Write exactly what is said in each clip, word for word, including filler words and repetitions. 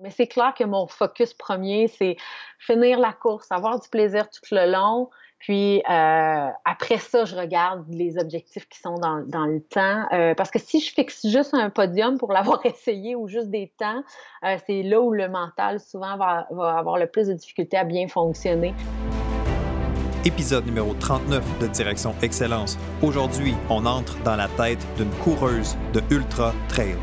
Mais c'est clair que mon focus premier, c'est finir la course, avoir du plaisir tout le long. Puis euh, après ça, je regarde les objectifs qui sont dans, dans le temps. Euh, parce que si je fixe juste un podium pour l'avoir essayé ou juste des temps, euh, c'est là où le mental souvent va, va avoir le plus de difficultés à bien fonctionner. Épisode numéro trente-neuf de Direction Excellence. Aujourd'hui, on entre dans la tête d'une coureuse de Ultra Trail.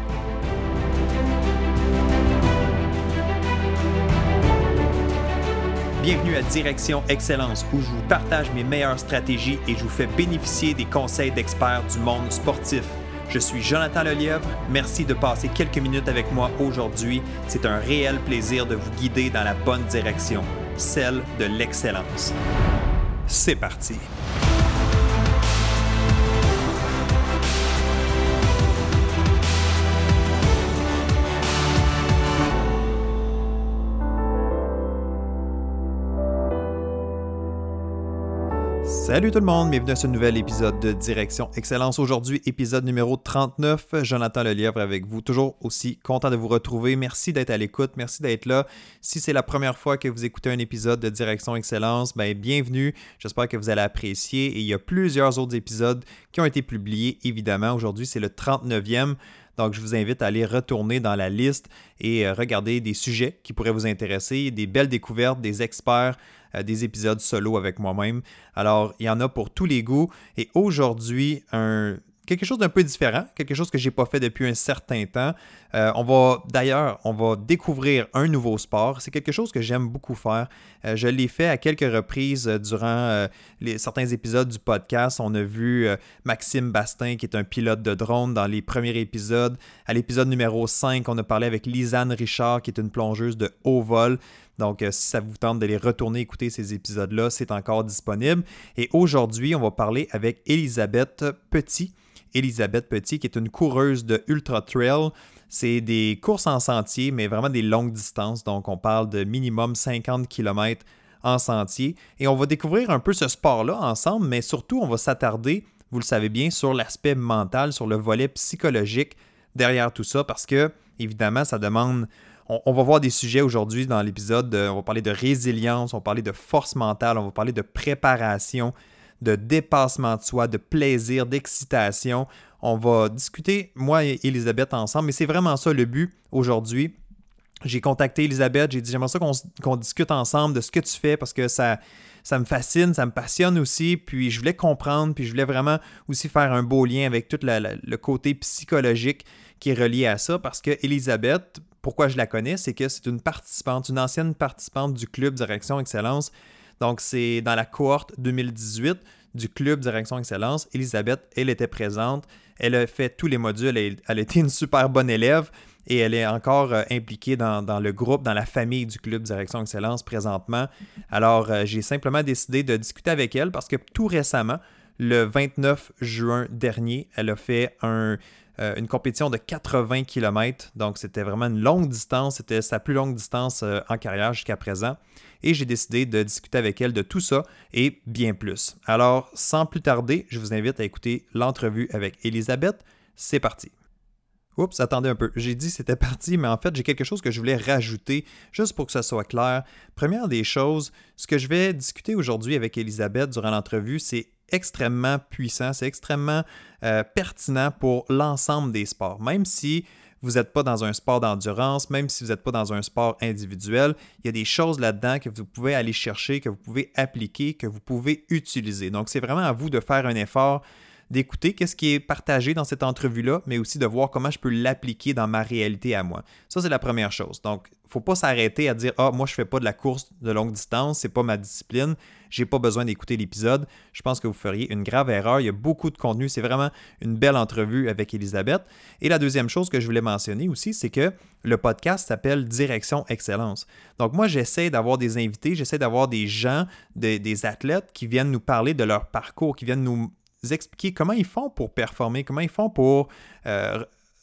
Bienvenue à Direction Excellence où je vous partage mes meilleures stratégies et je vous fais bénéficier des conseils d'experts du monde sportif. Je suis Jonathan Lelièvre. Merci de passer quelques minutes avec moi aujourd'hui. C'est un réel plaisir de vous guider dans la bonne direction, celle de l'excellence. C'est parti! Salut tout le monde, bienvenue à ce nouvel épisode de Direction Excellence. Aujourd'hui, épisode numéro trente-neuf, Jonathan Lelièvre avec vous. Toujours aussi content de vous retrouver. Merci d'être à l'écoute, merci d'être là. Si c'est la première fois que vous écoutez un épisode de Direction Excellence, ben bienvenue. J'espère que vous allez apprécier. Et il y a plusieurs autres épisodes qui ont été publiés, évidemment. Aujourd'hui, c'est le trente-neuvième. Donc, je vous invite à aller retourner dans la liste et regarder des sujets qui pourraient vous intéresser, des belles découvertes, des experts, des épisodes solo avec moi-même. Alors, il y en a pour tous les goûts. Et aujourd'hui, un... quelque chose d'un peu différent, quelque chose que je n'ai pas fait depuis un certain temps. Euh, on va d'ailleurs, on va découvrir un nouveau sport. C'est quelque chose que j'aime beaucoup faire. Euh, je l'ai fait à quelques reprises durant euh, les, certains épisodes du podcast. On a vu euh, Maxime Bastin, qui est un pilote de drone, dans les premiers épisodes. À l'épisode numéro cinq, on a parlé avec Lisanne Richard, qui est une plongeuse de haut vol. Donc, euh, si ça vous tente d'aller retourner écouter ces épisodes-là, c'est encore disponible. Et aujourd'hui, on va parler avec Elisabeth Petit. Elisabeth Petit, qui est une coureuse de Ultra Trail. C'est des courses en sentier, mais vraiment des longues distances. Donc, on parle de minimum cinquante kilomètres en sentier. Et on va découvrir un peu ce sport-là ensemble, mais surtout, on va s'attarder, vous le savez bien, sur l'aspect mental, sur le volet psychologique derrière tout ça, parce que, évidemment, ça demande... On, on va voir des sujets aujourd'hui dans l'épisode. De, on va parler de résilience, on va parler de force mentale, on va parler de préparation, de dépassement de soi, de plaisir, d'excitation. On va discuter, moi et Elisabeth, ensemble, mais c'est vraiment ça le but aujourd'hui. J'ai contacté Elisabeth, j'ai dit j'aimerais ça qu'on, qu'on discute ensemble de ce que tu fais parce que ça, ça me fascine, ça me passionne aussi, puis je voulais comprendre, puis je voulais vraiment aussi faire un beau lien avec tout la, la, le côté psychologique qui est relié à ça parce que Elisabeth, pourquoi je la connais, c'est que c'est une participante, une ancienne participante du club Direction Excellence. Donc, c'est dans la cohorte deux mille dix-huit du club Direction Excellence. Elisabeth, elle était présente. Elle a fait tous les modules. Elle, elle a été une super bonne élève et elle est encore euh, impliquée dans, dans le groupe, dans la famille du club Direction Excellence présentement. Alors, euh, j'ai simplement décidé de discuter avec elle parce que tout récemment, le vingt-neuf juin dernier, elle a fait un... Euh, une compétition de quatre-vingts kilomètres, donc c'était vraiment une longue distance, c'était sa plus longue distance euh, en carrière jusqu'à présent, et j'ai décidé de discuter avec elle de tout ça et bien plus. Alors, sans plus tarder, je vous invite à écouter l'entrevue avec Elisabeth. C'est parti! Oups, attendez un peu. J'ai dit c'était parti, mais en fait, j'ai quelque chose que je voulais rajouter, juste pour que ça soit clair. Première des choses, ce que je vais discuter aujourd'hui avec Elisabeth durant l'entrevue, c'est extrêmement puissant, c'est extrêmement euh, pertinent pour l'ensemble des sports. Même si vous n'êtes pas dans un sport d'endurance, même si vous n'êtes pas dans un sport individuel, il y a des choses là-dedans que vous pouvez aller chercher, que vous pouvez appliquer, que vous pouvez utiliser. Donc, c'est vraiment à vous de faire un effort, d'écouter qu'est-ce qui est partagé dans cette entrevue-là, mais aussi de voir comment je peux l'appliquer dans ma réalité à moi. Ça, c'est la première chose. Donc, il ne faut pas s'arrêter à dire « Ah, moi, je ne fais pas de la course de longue distance, c'est pas ma discipline, j'ai pas besoin d'écouter l'épisode. » Je pense que vous feriez une grave erreur. Il y a beaucoup de contenu. C'est vraiment une belle entrevue avec Elisabeth. Et la deuxième chose que je voulais mentionner aussi, c'est que le podcast s'appelle Direction Excellence. Donc, moi, j'essaie d'avoir des invités, j'essaie d'avoir des gens, des, des athlètes qui viennent nous parler de leur parcours, qui viennent nous expliquer comment ils font pour performer, comment ils font pour euh,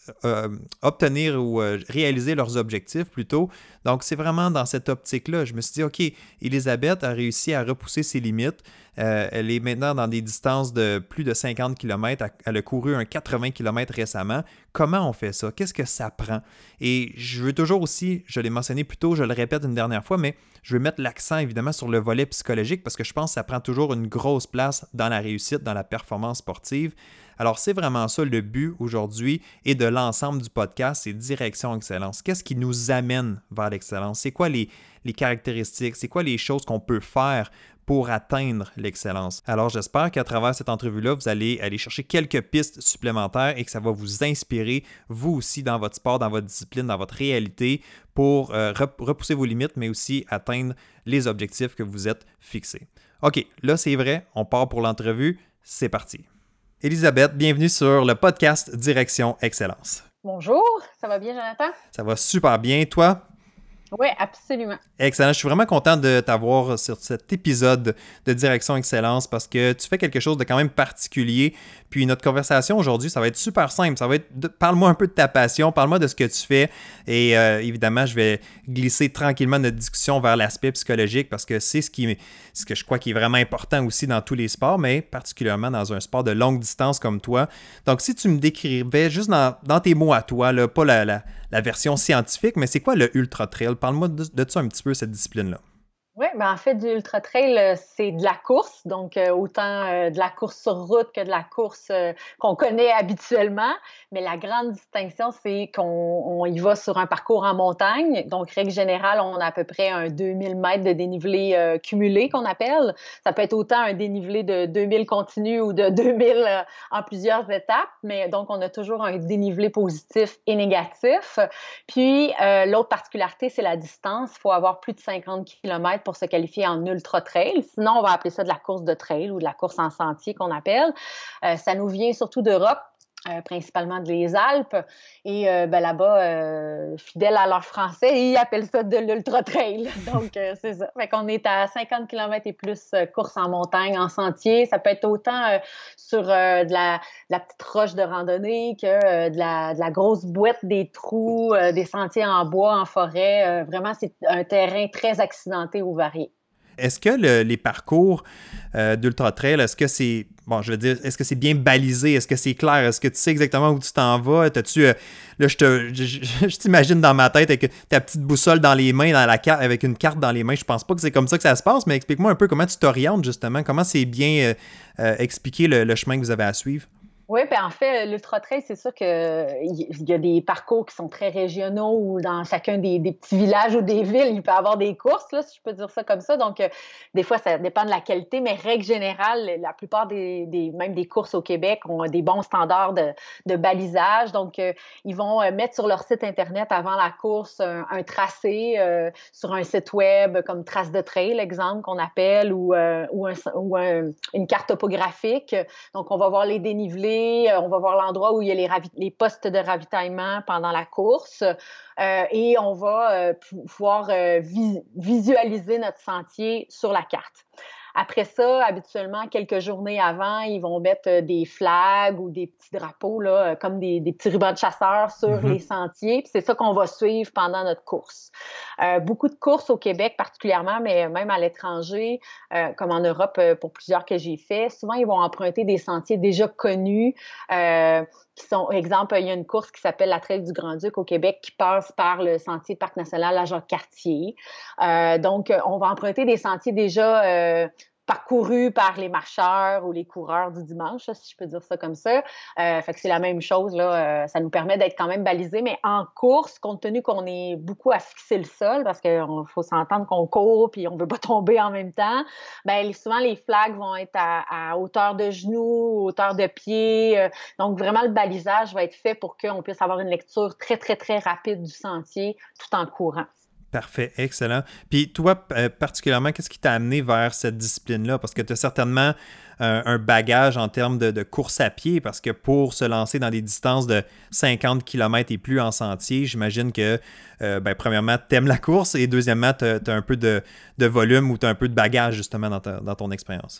euh, obtenir ou euh, réaliser leurs objectifs plutôt. Donc, c'est vraiment dans cette optique-là. Je me suis dit, OK, Élisabeth a réussi à repousser ses limites. Euh, elle est maintenant dans des distances de plus de cinquante kilomètres. Elle a couru un quatre-vingts kilomètres récemment. Comment on fait ça? Qu'est-ce que ça prend? Et je veux toujours aussi, je l'ai mentionné plus tôt, je le répète une dernière fois, mais je veux mettre l'accent évidemment sur le volet psychologique parce que je pense que ça prend toujours une grosse place dans la réussite, dans la performance sportive. Alors, c'est vraiment ça le but aujourd'hui et de l'ensemble du podcast, c'est Direction Excellence. Qu'est-ce qui nous amène vers l'excellence? C'est quoi les, les caractéristiques? C'est quoi les choses qu'on peut faire pour atteindre l'excellence? Alors, j'espère qu'à travers cette entrevue-là, vous allez aller chercher quelques pistes supplémentaires et que ça va vous inspirer, vous aussi, dans votre sport, dans votre discipline, dans votre réalité, pour euh, repousser vos limites, mais aussi atteindre les objectifs que vous êtes fixés. OK, là, c'est vrai, on part pour l'entrevue. C'est parti. Élisabeth, bienvenue sur le podcast Direction Excellence. Bonjour, ça va bien, Jonathan? Ça va super bien. Toi? Oui, absolument. Excellent. Je suis vraiment content de t'avoir sur cet épisode de Direction Excellence parce que tu fais quelque chose de quand même particulier. Puis notre conversation aujourd'hui, ça va être super simple. Ça va être, de, parle-moi un peu de ta passion, parle-moi de ce que tu fais. Et euh, évidemment, je vais glisser tranquillement notre discussion vers l'aspect psychologique parce que c'est ce, qui, ce que je crois qui est vraiment important aussi dans tous les sports, mais particulièrement dans un sport de longue distance comme toi. Donc, si tu me décrivais juste dans, dans tes mots à toi, là, pas la, la, la version scientifique, mais c'est quoi le ultra trail? Parle-moi de, de ça un petit peu, cette discipline-là. Oui, ben en fait, du ultra trail, c'est de la course, donc euh, autant euh, de la course sur route que de la course euh, qu'on connaît habituellement. Mais la grande distinction, c'est qu'on on y va sur un parcours en montagne. Donc, règle générale, on a à peu près un deux mille mètres de dénivelé euh, cumulé qu'on appelle. Ça peut être autant un dénivelé de deux mille continu ou de deux mille euh, en plusieurs étapes. Mais donc, on a toujours un dénivelé positif et négatif. Puis, euh, l'autre particularité, c'est la distance. Il faut avoir plus de cinquante kilomètres pour se qualifier en ultra trail. Sinon, on va appeler ça de la course de trail ou de la course en sentier qu'on appelle. Euh, ça nous vient surtout d'Europe, euh, principalement des Alpes. Et euh, ben, là-bas, euh, fidèles à leur français, ils appellent ça de l'ultra trail. Donc, euh, c'est ça. Fait qu'on est à cinquante kilomètres et plus euh, course en montagne, en sentier. Ça peut être autant euh, sur euh, de, la, de la petite roche de randonnée que euh, de, la, de la grosse boîte, des trous, euh, des sentiers en bois, en forêt. Euh, vraiment, c'est un terrain très accidenté ou varié. Est-ce que le, les parcours euh, d'Ultra Trail, est-ce que c'est, bon, je veux dire, est-ce que c'est bien balisé? Est-ce que c'est clair? Est-ce que tu sais exactement où tu t'en vas? T'as-tu, euh, là, je, te, je, je, je t'imagine dans ma tête avec ta petite boussole dans les mains, dans la carte, avec une carte dans les mains. Je pense pas que c'est comme ça que ça se passe, mais explique-moi un peu comment tu t'orientes, justement. Comment c'est bien euh, euh, expliqué le, le chemin que vous avez à suivre? Oui, bien en fait, l'ultra trail, c'est sûr qu'il y a des parcours qui sont très régionaux ou dans chacun des, des petits villages ou des villes, il peut y avoir des courses, là, si je peux dire ça comme ça. Donc, euh, des fois, ça dépend de la qualité, mais règle générale, la plupart des, des même des courses au Québec ont des bons standards de, de balisage. Donc, euh, ils vont euh, mettre sur leur site Internet avant la course un, un tracé euh, sur un site web comme Trace de Trail, exemple, qu'on appelle, ou, euh, ou, un, ou un, une carte topographique. Donc, on va voir les dénivelés. On va voir l'endroit où il y a les, ravi- les postes de ravitaillement pendant la course euh, et on va euh, pouvoir euh, vis- visualiser notre sentier sur la carte. Après ça, habituellement, quelques journées avant, ils vont mettre des flags ou des petits drapeaux, là, comme des, des petits rubans de chasseurs sur mm-hmm. les sentiers. Puis c'est ça qu'on va suivre pendant notre course. Euh, beaucoup de courses au Québec particulièrement, mais même à l'étranger, euh, comme en Europe euh, pour plusieurs que j'ai fait, souvent ils vont emprunter des sentiers déjà connus. Euh, qui sont, exemple, il y a une course qui s'appelle la Trail du Grand-Duc au Québec qui passe par le sentier Parc national La Jacques-Cartier. Euh, donc, on va emprunter des sentiers déjà euh, parcourus par les marcheurs ou les coureurs du dimanche, si je peux dire ça comme ça. Euh, fait que c'est la même chose, là. Euh, ça nous permet d'être quand même balisés, mais en course, compte tenu qu'on est beaucoup à fixer le sol, parce qu'il faut s'entendre qu'on court puis on veut pas tomber en même temps, ben souvent les flags vont être à, à hauteur de genoux, hauteur de pied. Euh, donc vraiment, le balisage va être fait pour qu'on puisse avoir une lecture très, très, très rapide du sentier tout en courant. Parfait, excellent. Puis toi, euh, particulièrement, qu'est-ce qui t'a amené vers cette discipline-là? Parce que tu as certainement euh, un bagage en termes de, de course à pied, parce que pour se lancer dans des distances de cinquante kilomètres et plus en sentier, j'imagine que, euh, ben, premièrement, tu aimes la course et deuxièmement, tu as un peu de, de volume ou tu as un peu de bagage justement dans, ta, dans ton expérience.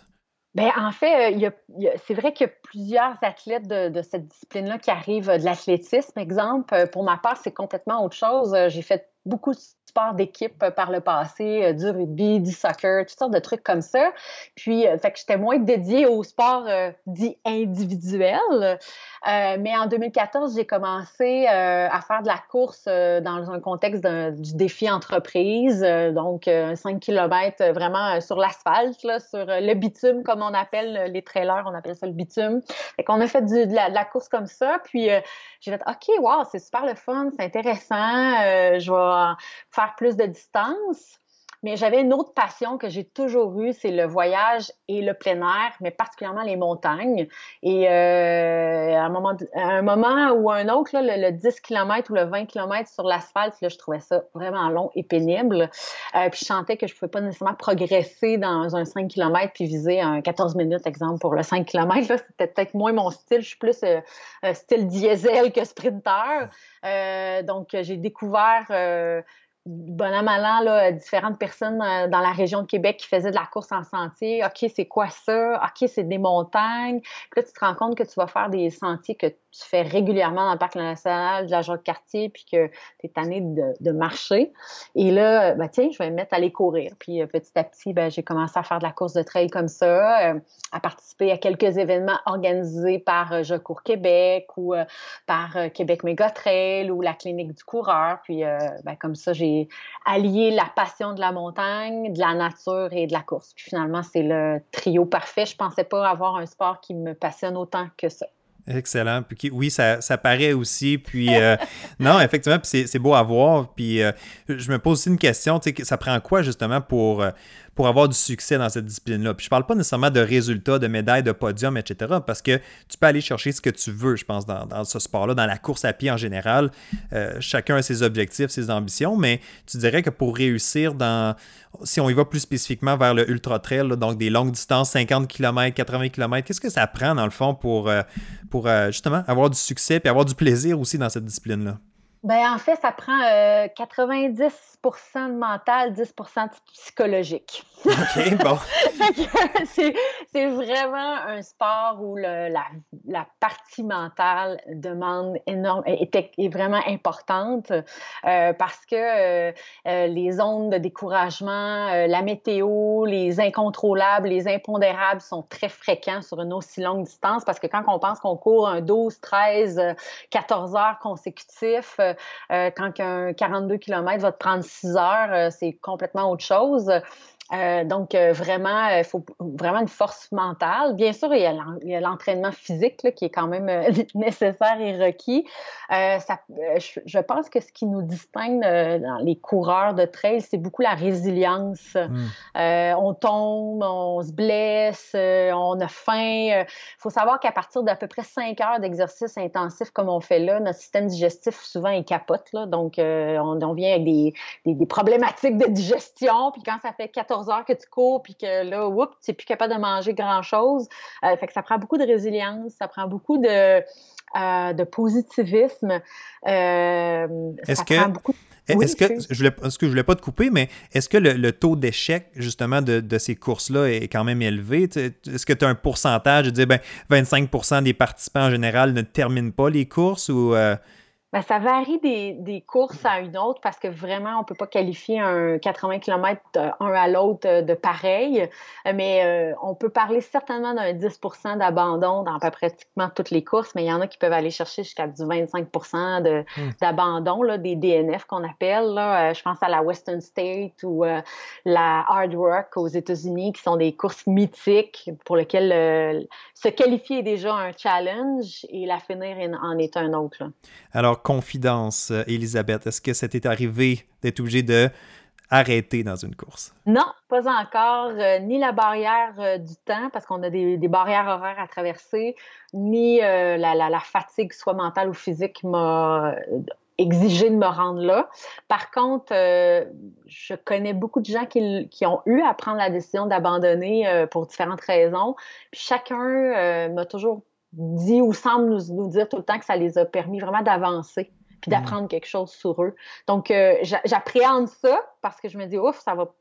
Ben en fait, euh, il y a, il y a- c'est vrai qu'il y a plusieurs athlètes de, de cette discipline-là qui arrivent euh, de l'athlétisme, exemple. Euh, Pour ma part, c'est complètement autre chose. Euh, J'ai fait beaucoup de sports d'équipe euh, par le passé, euh, du rugby, du soccer, toutes sortes de trucs comme ça. Puis, euh, fait que j'étais moins dédiée au sport euh, dit individuel. Euh, mais en deux mille quatorze, j'ai commencé euh, à faire de la course euh, dans un contexte d'un- du défi entreprise, euh, donc euh, cinq kilomètres euh, vraiment euh, sur l'asphalte, là, sur euh, le bitume, comme on appelle euh, les trailers, on appelle ça le bitume. Fait qu'on a fait du, de, la, de la course comme ça, puis euh, j'ai fait OK, wow, c'est super le fun, c'est intéressant, euh, je vais faire plus de distance. Mais j'avais une autre passion que j'ai toujours eue, c'est le voyage et le plein air, mais particulièrement les montagnes. Et euh, à, un moment, à un moment ou un autre, là, le, le dix kilomètres ou le vingt kilomètres sur l'asphalte, là, je trouvais ça vraiment long et pénible. Euh, puis je sentais que je ne pouvais pas nécessairement progresser dans un cinq kilomètres puis viser un quatorze minutes, exemple, pour le cinq kilomètres. Là, c'était peut-être moins mon style. Je suis plus euh, style diesel que sprinter. Euh, donc, j'ai découvert... Euh, bon an, mal an, là, différentes personnes euh, dans la région de Québec qui faisaient de la course en sentier. OK, c'est quoi ça? OK, c'est des montagnes. Puis là, tu te rends compte que tu vas faire des sentiers que tu fais régulièrement dans le parc national de la Jacques-Cartier puis que tu es tanné de, de marcher. Et là, ben, tiens, je vais me mettre à aller courir. Puis euh, petit à petit, ben, j'ai commencé à faire de la course de trail comme ça, euh, à participer à quelques événements organisés par euh, Je cours Québec ou euh, par euh, Québec Méga Trail ou la Clinique du coureur. Puis euh, ben, comme ça, j'ai allié la passion de la montagne, de la nature et de la course. Puis finalement, c'est le trio parfait. Je pensais pas avoir un sport qui me passionne autant que ça. Excellent. Puis oui, ça, ça paraît aussi. Puis euh, non, effectivement, puis c'est, c'est beau à voir. Puis euh, je me pose aussi une question, tu sais, ça prend quoi justement pour, euh, pour avoir du succès dans cette discipline-là? Puis je parle pas nécessairement de résultats, de médailles, de podium, et cetera. Parce que tu peux aller chercher ce que tu veux, je pense, dans, dans ce sport-là, dans la course à pied en général. Euh, chacun a ses objectifs, ses ambitions, mais tu dirais que pour réussir dans, si on y va plus spécifiquement vers le ultra trail, là, donc des longues distances, cinquante kilomètres, quatre-vingts kilomètres, qu'est-ce que ça prend dans le fond pour, euh, pour euh, justement avoir du succès et avoir du plaisir aussi dans cette discipline-là? Ben, en fait, ça prend euh, quatre-vingt-dix pour cent de mental, dix pour cent de psychologique. OK, bon. c'est, c'est vraiment un sport où le, la, la partie mentale demande énorme, est, est vraiment importante euh, parce que euh, euh, les ondes de découragement, euh, la météo, les incontrôlables, les impondérables sont très fréquents sur une aussi longue distance parce que quand on pense qu'on court un douze, treize, quatorze heures consécutifs, euh, quand un quarante-deux kilomètres va te prendre six heures, euh, c'est complètement autre chose. Euh, donc, euh, vraiment, il faut vraiment une force mentale. Bien sûr, il y a, l'en, il y a l'entraînement physique là, qui est quand même euh, nécessaire et requis. Euh, ça, euh, je, je pense que ce qui nous distingue euh, dans les coureurs de trail, c'est beaucoup la résilience. Mm. Euh, on tombe, on se blesse, euh, on a faim. Il faut savoir qu'à partir d'à peu près cinq heures d'exercice intensif comme on fait là, notre système digestif, souvent, il capote. Là, donc, euh, on, on vient avec des, des, des problématiques de digestion. Puis quand ça fait quatorze heures que tu cours, puis que là, oups, tu n'es plus capable de manger grand-chose. Euh, fait que ça prend beaucoup de résilience, ça prend beaucoup de, euh, de positivisme. Euh, Est-ce ça que, prend beaucoup... est-ce Oui, que, je voulais, est-ce que je voulais pas te couper, mais est-ce que le, le taux d'échec, justement, de, de ces courses-là est quand même élevé? Est-ce que tu as un pourcentage de dire, ben, vingt-cinq pour cent des participants en général ne terminent pas les courses ou... Euh... Ben, ça varie des, des courses à une autre parce que vraiment, on peut pas qualifier un quatre-vingts kilomètres un à l'autre de pareil, mais euh, on peut parler certainement d'un dix pour cent d'abandon dans pas pratiquement toutes les courses, mais il y en a qui peuvent aller chercher jusqu'à du vingt-cinq pour cent de, Hmm. d'abandon, là, des D N F qu'on appelle. Là. Euh, je pense à la Western State ou euh, la Hard Rock aux États-Unis, qui sont des courses mythiques pour lesquelles euh, se qualifier est déjà un challenge et la finir en est un autre. Là. Alors, confidence, euh, Elisabeth, est-ce que ça t'est arrivé d'être obligé de arrêter dans une course? Non, pas encore, euh, ni la barrière euh, du temps, parce qu'on a des, des barrières horaires à traverser, ni euh, la, la, la fatigue, soit mentale ou physique, m'a exigé de me rendre là. Par contre, euh, je connais beaucoup de gens qui, qui ont eu à prendre la décision d'abandonner euh, pour différentes raisons. Puis chacun euh, m'a toujours dit ou semble nous, nous dire tout le temps que ça les a permis vraiment d'avancer puis d'apprendre quelque chose sur eux. Donc, euh, j'appréhende ça parce que je me dis, ouf, ça va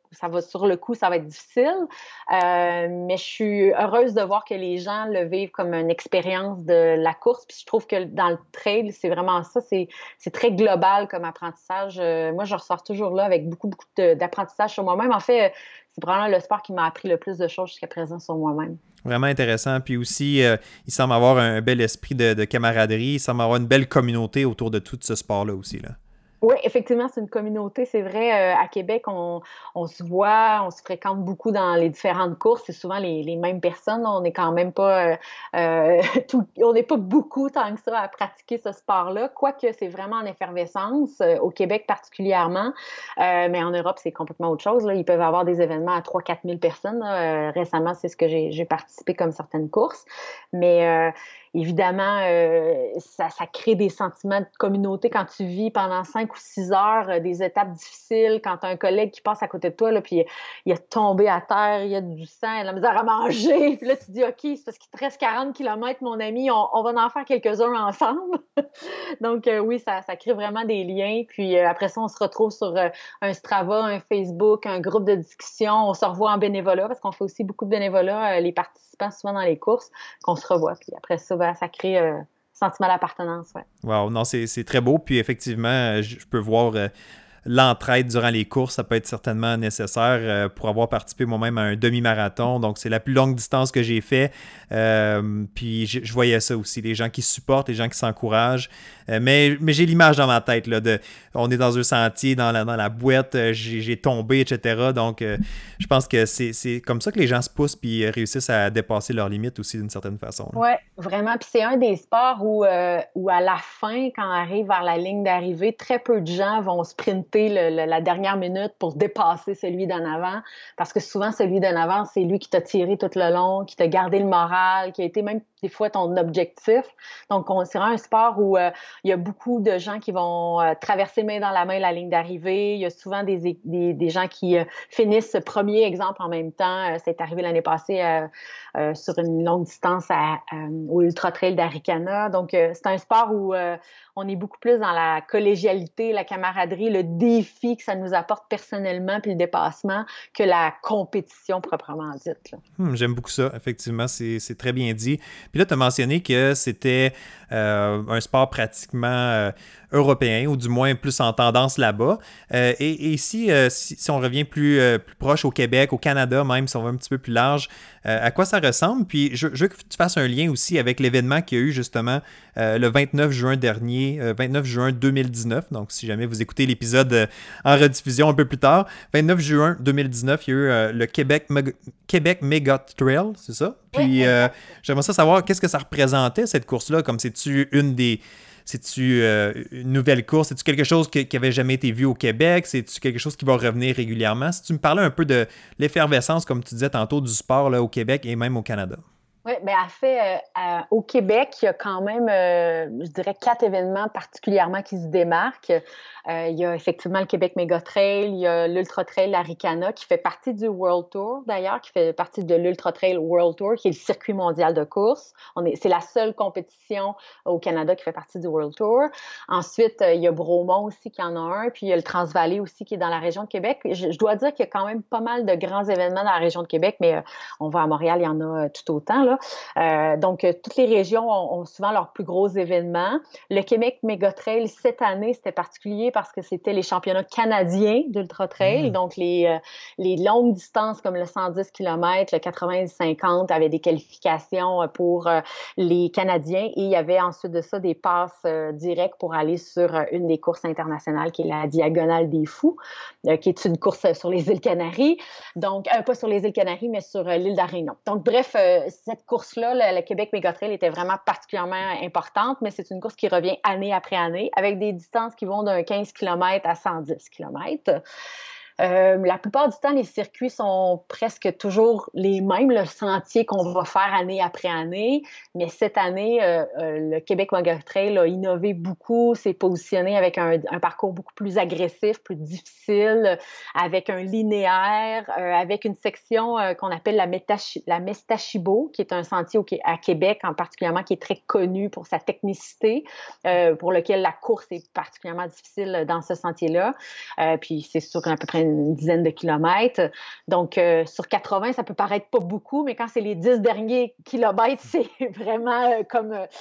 ça va sur le coup, ça va être difficile. Euh, mais je suis heureuse de voir que les gens le vivent comme une expérience de la course. Puis je trouve que dans le trail, c'est vraiment ça, c'est, c'est très global comme apprentissage. Euh, moi, je ressors toujours là avec beaucoup, beaucoup de, d'apprentissage sur moi-même. En fait, c'est probablement le sport qui m'a appris le plus de choses jusqu'à présent sur moi-même. Vraiment intéressant. Puis aussi, euh, il semble avoir un bel esprit de, de camaraderie. Il semble avoir une belle communauté autour de tout ce sport-là aussi, là. Oui, effectivement, c'est une communauté. C'est vrai, euh, à Québec, on, on se voit, on se fréquente beaucoup dans les différentes courses. C'est souvent les, les mêmes personnes. On n'est quand même pas, euh, euh, tout, on n'est pas beaucoup tant que ça à pratiquer ce sport-là. Quoique c'est vraiment en effervescence, euh, au Québec particulièrement. Euh, mais en Europe, c'est complètement autre chose, là. Ils peuvent avoir des événements à trois quatre mille personnes, là. Euh, récemment, c'est ce que j'ai, j'ai participé comme certaines courses. Mais euh, évidemment, euh, ça, ça crée des sentiments de communauté quand tu vis pendant cinq ou six heures euh, des étapes difficiles, quand tu as un collègue qui passe à côté de toi, là, puis il a tombé à terre, il y a du sang, il a de la misère à manger, puis là, tu te dis, OK, c'est parce qu'il te reste quarante kilomètres, mon ami, on, on va en faire quelques-uns ensemble. Donc, euh, oui, ça, ça crée vraiment des liens, puis euh, après ça, on se retrouve sur euh, un Strava, un Facebook, un groupe de discussion, on se revoit en bénévolat, parce qu'on fait aussi beaucoup de bénévolat, euh, les participants souvent dans les courses, qu'on se revoit, puis après ça, ben, ça crée euh, sentiment d'appartenance, ouais. Wow, non, c'est, c'est très beau. Puis effectivement, je, je peux voir euh, l'entraide durant les courses, ça peut être certainement nécessaire euh, pour avoir participé moi-même à un demi-marathon. Donc, c'est la plus longue distance que j'ai fait. Euh, puis, je, je voyais ça aussi, les gens qui se supportent, les gens qui s'encouragent. Euh, mais, mais j'ai l'image dans ma tête, là, de, on est dans un sentier, dans la, dans la boîte, euh, j'ai, j'ai tombé, et cetera. Donc, euh, je pense que c'est, c'est comme ça que les gens se poussent puis réussissent à dépasser leurs limites aussi d'une certaine façon, là. Ouais, vraiment. Puis c'est un des sports où, euh, où à la fin, quand on arrive vers la ligne d'arrivée, très peu de gens vont sprinter le, le, la dernière minute pour dépasser celui d'en avant. Parce que souvent, celui d'en avant, c'est lui qui t'a tiré tout le long, qui t'a gardé le moral, qui a été même des fois ton objectif. Donc, on, c'est vraiment un sport où euh, il y a beaucoup de gens qui vont euh, traverser main dans la main la ligne d'arrivée. Il y a souvent des, des, des gens qui euh, finissent premier exemple en même temps. Euh, c'est arrivé l'année passée euh, euh, sur une longue distance à, euh, au Ultra Trail d'Arikana. Donc, euh, c'est un sport où euh, on est beaucoup plus dans la collégialité, la camaraderie, le défi que ça nous apporte personnellement, puis le dépassement, que la compétition proprement dite, là. Hmm, j'aime beaucoup ça, effectivement, c'est, c'est très bien dit. Puis là, tu as mentionné que c'était euh, un sport pratiquement euh, européen, ou du moins plus en tendance là-bas. Euh, et, et ici, euh, si, si on revient plus, euh, plus proche au Québec, au Canada même, si on va un petit peu plus large, euh, à quoi ça ressemble? Puis je, je veux que tu fasses un lien aussi avec l'événement qu'il y a eu justement euh, le vingt-neuf juin dernier, euh, vingt-neuf juin deux mille dix-neuf. Donc, si jamais vous écoutez l'épisode euh, en rediffusion un peu plus tard, vingt-neuf juin deux mille dix-neuf, il y a eu euh, le Québec, Meg- Québec Mega Trail, c'est ça? Puis, Oui, euh, j'aimerais ça savoir qu'est-ce que ça représentait, cette course-là, comme c'est-tu une des... C'est-tu euh, une nouvelle course? C'est-tu quelque chose que, qui avait jamais été vu au Québec? C'est-tu quelque chose qui va revenir régulièrement? Si tu me parlais un peu de l'effervescence, comme tu disais tantôt, du sport là, au Québec et même au Canada. Oui, bien, en fait, euh, à- au Québec, il y a quand même, euh, je dirais, quatre événements particulièrement qui se démarquent. Euh, il y a effectivement le Québec Méga Trail, il y a l'Ultra Trail Laricana, qui fait partie du World Tour, d'ailleurs, qui fait partie de l'Ultra Trail World Tour, qui est le circuit mondial de course. On est, c'est la seule compétition au Canada qui fait partie du World Tour. Ensuite, euh, il y a Bromont aussi qui en a un, puis il y a le Transvallée aussi qui est dans la région de Québec. Je, je dois dire qu'il y a quand même pas mal de grands événements dans la région de Québec, mais euh, on va à Montréal, il y en a euh, tout autant, là. Euh, donc, euh, toutes les régions ont, ont souvent leurs plus gros événements. Le Québec Méga Trail, cette année, c'était particulier parce que c'était les championnats canadiens d'Ultra Trail. Mmh. Donc, les, euh, les longues distances comme le cent dix kilomètres, le quatre-vingts cinquante avaient des qualifications pour euh, les Canadiens et il y avait ensuite de ça des passes euh, directes pour aller sur euh, une des courses internationales qui est la Diagonale des Fous, euh, qui est une course sur les îles Canaries. Donc, euh, pas sur les îles Canaries, mais sur euh, l'île de la Réunion. Donc, bref, euh, cette course-là, le, le Québec Méga Trail était vraiment particulièrement importante, mais c'est une course qui revient année après année avec des distances qui vont d'un quinze kilomètres à cent dix kilomètres. Euh, la plupart du temps, les circuits sont presque toujours les mêmes, le sentier qu'on va faire année après année. Mais cette année, euh, euh, le Québec Méga Trail a innové beaucoup, s'est positionné avec un, un parcours beaucoup plus agressif, plus difficile, avec un linéaire, euh, avec une section euh, qu'on appelle la, Métachi- la Mestachibo, qui est un sentier au, à Québec, en particulièrement, qui est très connu pour sa technicité, euh, pour lequel la course est particulièrement difficile dans ce sentier-là. Euh, puis c'est sur à peu près une dizaine de kilomètres. Donc, euh, sur quatre-vingts, ça peut paraître pas beaucoup, mais quand c'est les dix derniers kilomètres, c'est vraiment euh, comme... Euh,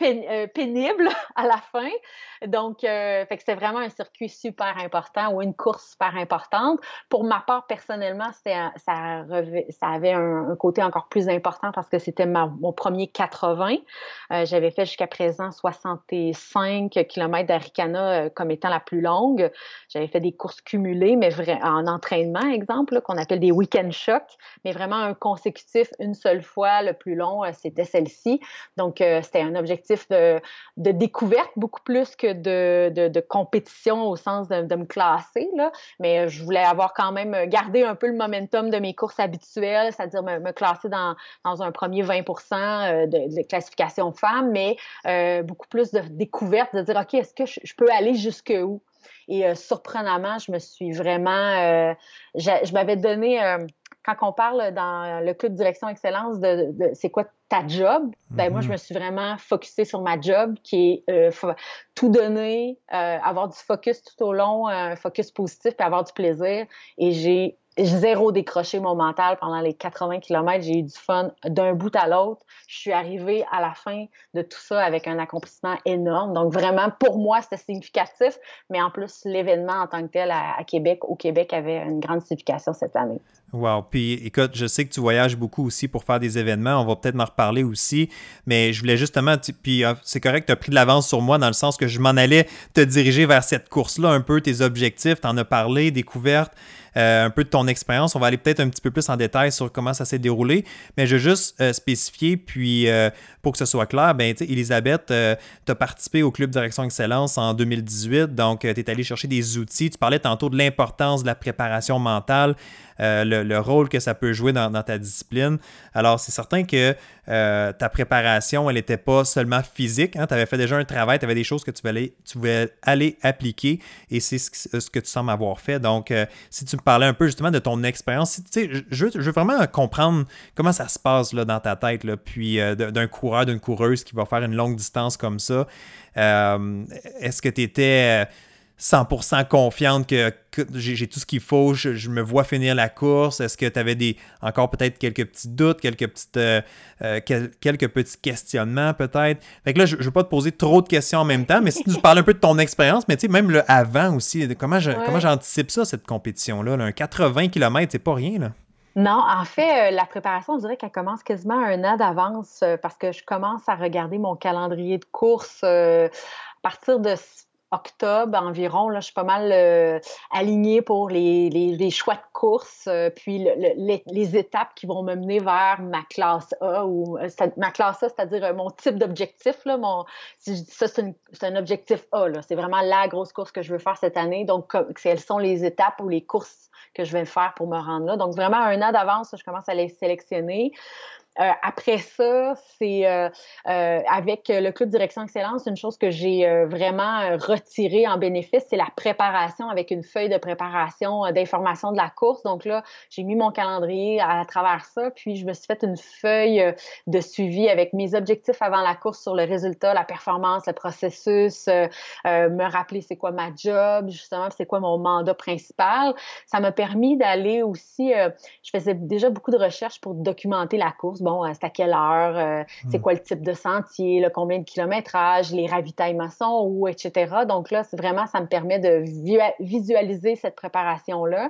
pénible à la fin. Donc, euh, fait que c'était vraiment un circuit super important ou une course super importante. Pour ma part, personnellement, c'était un, ça, revê, ça avait un, un côté encore plus important parce que c'était ma, mon premier quatre-vingts. Euh, j'avais fait jusqu'à présent soixante-cinq kilomètres d'Arikana euh, comme étant la plus longue. J'avais fait des courses cumulées, mais vrai, en entraînement, exemple, là, qu'on appelle des week-end shocks, mais vraiment un consécutif une seule fois. Le plus long, euh, c'était celle-ci. Donc, euh, c'était un objectif De, de découverte beaucoup plus que de, de, de compétition au sens de, de me classer, là. Mais je voulais avoir quand même gardé un peu le momentum de mes courses habituelles, c'est-à-dire me, me classer dans, dans un premier vingt pour cent de, de classification femmes, mais euh, beaucoup plus de découverte, de dire, OK, est-ce que je, je peux aller jusqu'où? Et euh, surprenamment, je me suis vraiment... Euh, je, je m'avais donné... Euh, quand on parle dans le club Direction Excellence de, de, de c'est quoi ta job, ben mm-hmm. moi, je me suis vraiment focusée sur ma job qui est euh, tout donner, euh, avoir du focus tout au long, un focus positif puis avoir du plaisir. Et j'ai zéro décroché mon mental pendant les quatre-vingts kilomètres. J'ai eu du fun d'un bout à l'autre. Je suis arrivée à la fin de tout ça avec un accomplissement énorme. Donc, vraiment, pour moi, c'était significatif. Mais en plus, l'événement en tant que tel à, à Québec, au Québec, avait une grande signification cette année. Wow. Puis, écoute, je sais que tu voyages beaucoup aussi pour faire des événements. On va peut-être m'en reparler aussi. Mais je voulais justement... Tu, puis, c'est correct, tu as pris de l'avance sur moi dans le sens que je m'en allais te diriger vers cette course-là, un peu tes objectifs. Tu en as parlé, découverte. Euh, un peu de ton expérience. On va aller peut-être un petit peu plus en détail sur comment ça s'est déroulé, mais je veux juste euh, spécifier, puis euh, pour que ce soit clair, ben, tu sais, Élisabeth, euh, tu as participé au Club Direction Excellence en deux mille dix-huit, donc euh, tu es allé chercher des outils. Tu parlais tantôt de l'importance de la préparation mentale, euh, le, le rôle que ça peut jouer dans, dans ta discipline. Alors, c'est certain que euh, ta préparation, elle n'était pas seulement physique. Hein? Tu avais fait déjà un travail, tu avais des choses que tu voulais, tu voulais aller appliquer, et c'est ce, ce que tu sembles avoir fait. Donc, euh, si tu me parlais un peu justement de ton expérience, tu sais, je, je veux vraiment comprendre comment ça se passe là, dans ta tête, là, puis euh, d'un coureur, d'une coureuse qui va faire une longue distance comme ça. Euh, est-ce que tu étais cent pour cent confiante que, que j'ai, j'ai tout ce qu'il faut, je, je me vois finir la course? Est-ce que tu avais des, encore peut-être quelques petits doutes, quelques, petites, euh, euh, quel, quelques petits questionnements peut-être? Fait que là, je ne veux pas te poser trop de questions en même temps, mais si tu nous parles un peu de ton expérience, mais tu sais, même le avant aussi, comment, je, ouais. comment j'anticipe ça, cette compétition-là? Là? Un quatre-vingts kilomètres, c'est pas rien, là. Non, en fait, euh, la préparation, on dirait qu'elle commence quasiment un an d'avance euh, parce que je commence à regarder mon calendrier de course euh, à partir de octobre environ. Là, je suis pas mal euh, alignée pour les, les, les choix de course, euh, puis le, le, les, les étapes qui vont me mener vers ma classe A ou euh, ma classe A, c'est-à-dire euh, mon type d'objectif. Là, mon, si je dis ça, c'est, une, c'est un objectif A. Là, c'est vraiment la grosse course que je veux faire cette année. Donc, quelles sont les étapes ou les courses que je vais faire pour me rendre là. Donc, vraiment, un an d'avance, je commence à les sélectionner. Euh, après ça, c'est euh, euh, avec le Club Direction Excellence, une chose que j'ai euh, vraiment retirée en bénéfice, c'est la préparation avec une feuille de préparation euh, d'information de la course. Donc là, j'ai mis mon calendrier à, à travers ça, puis je me suis fait une feuille euh, de suivi avec mes objectifs avant la course sur le résultat, la performance, le processus, euh, euh, me rappeler c'est quoi ma job, justement, c'est quoi mon mandat principal. Ça m'a permis d'aller aussi, euh, je faisais déjà beaucoup de recherches pour documenter la course. Bon, c'est à quelle heure, euh, mmh. c'est quoi le type de sentier, là, combien de kilométrage, les ravitaillements sont où, et cetera. Donc là, c'est vraiment, ça me permet de vi- visualiser cette préparation-là.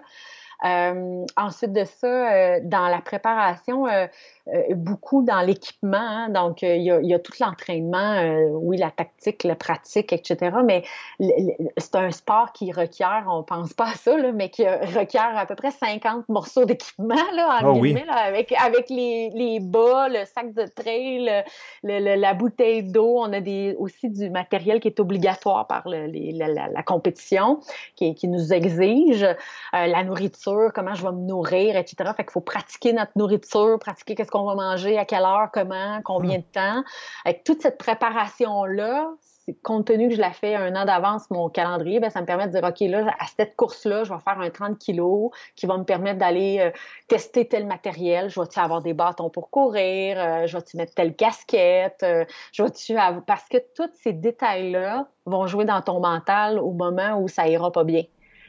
Euh, ensuite de ça, euh, dans la préparation, euh, euh, beaucoup dans l'équipement, hein, donc il euh, y, a, y a tout l'entraînement, euh, oui, la tactique, la pratique, et cetera. Mais le, le, c'est un sport qui requiert, on pense pas à ça, là, mais qui requiert à peu près cinquante morceaux d'équipement, là, en oh, guillemets, oui. là, avec, avec les, les bas, le sac de trail, le, le, la bouteille d'eau. On a des, aussi du matériel qui est obligatoire par le, les, la, la, la compétition, qui, qui nous exige, euh, la nourriture, comment je vais me nourrir, et cetera. Fait qu'il faut pratiquer notre nourriture, pratiquer qu'est-ce qu'on va manger, à quelle heure, comment, combien de temps. Avec toute cette préparation-là, compte tenu que je la fais un an d'avance, mon calendrier, ben ça me permet de dire, OK, là, à cette course-là, je vais faire un trente kilos qui va me permettre d'aller euh, tester tel matériel. Je vais-tu avoir des bâtons pour courir? Euh, je vais-tu mettre telle casquette? Euh, je vais-tu avoir... Parce que tous ces détails-là vont jouer dans ton mental au moment où ça ira pas bien.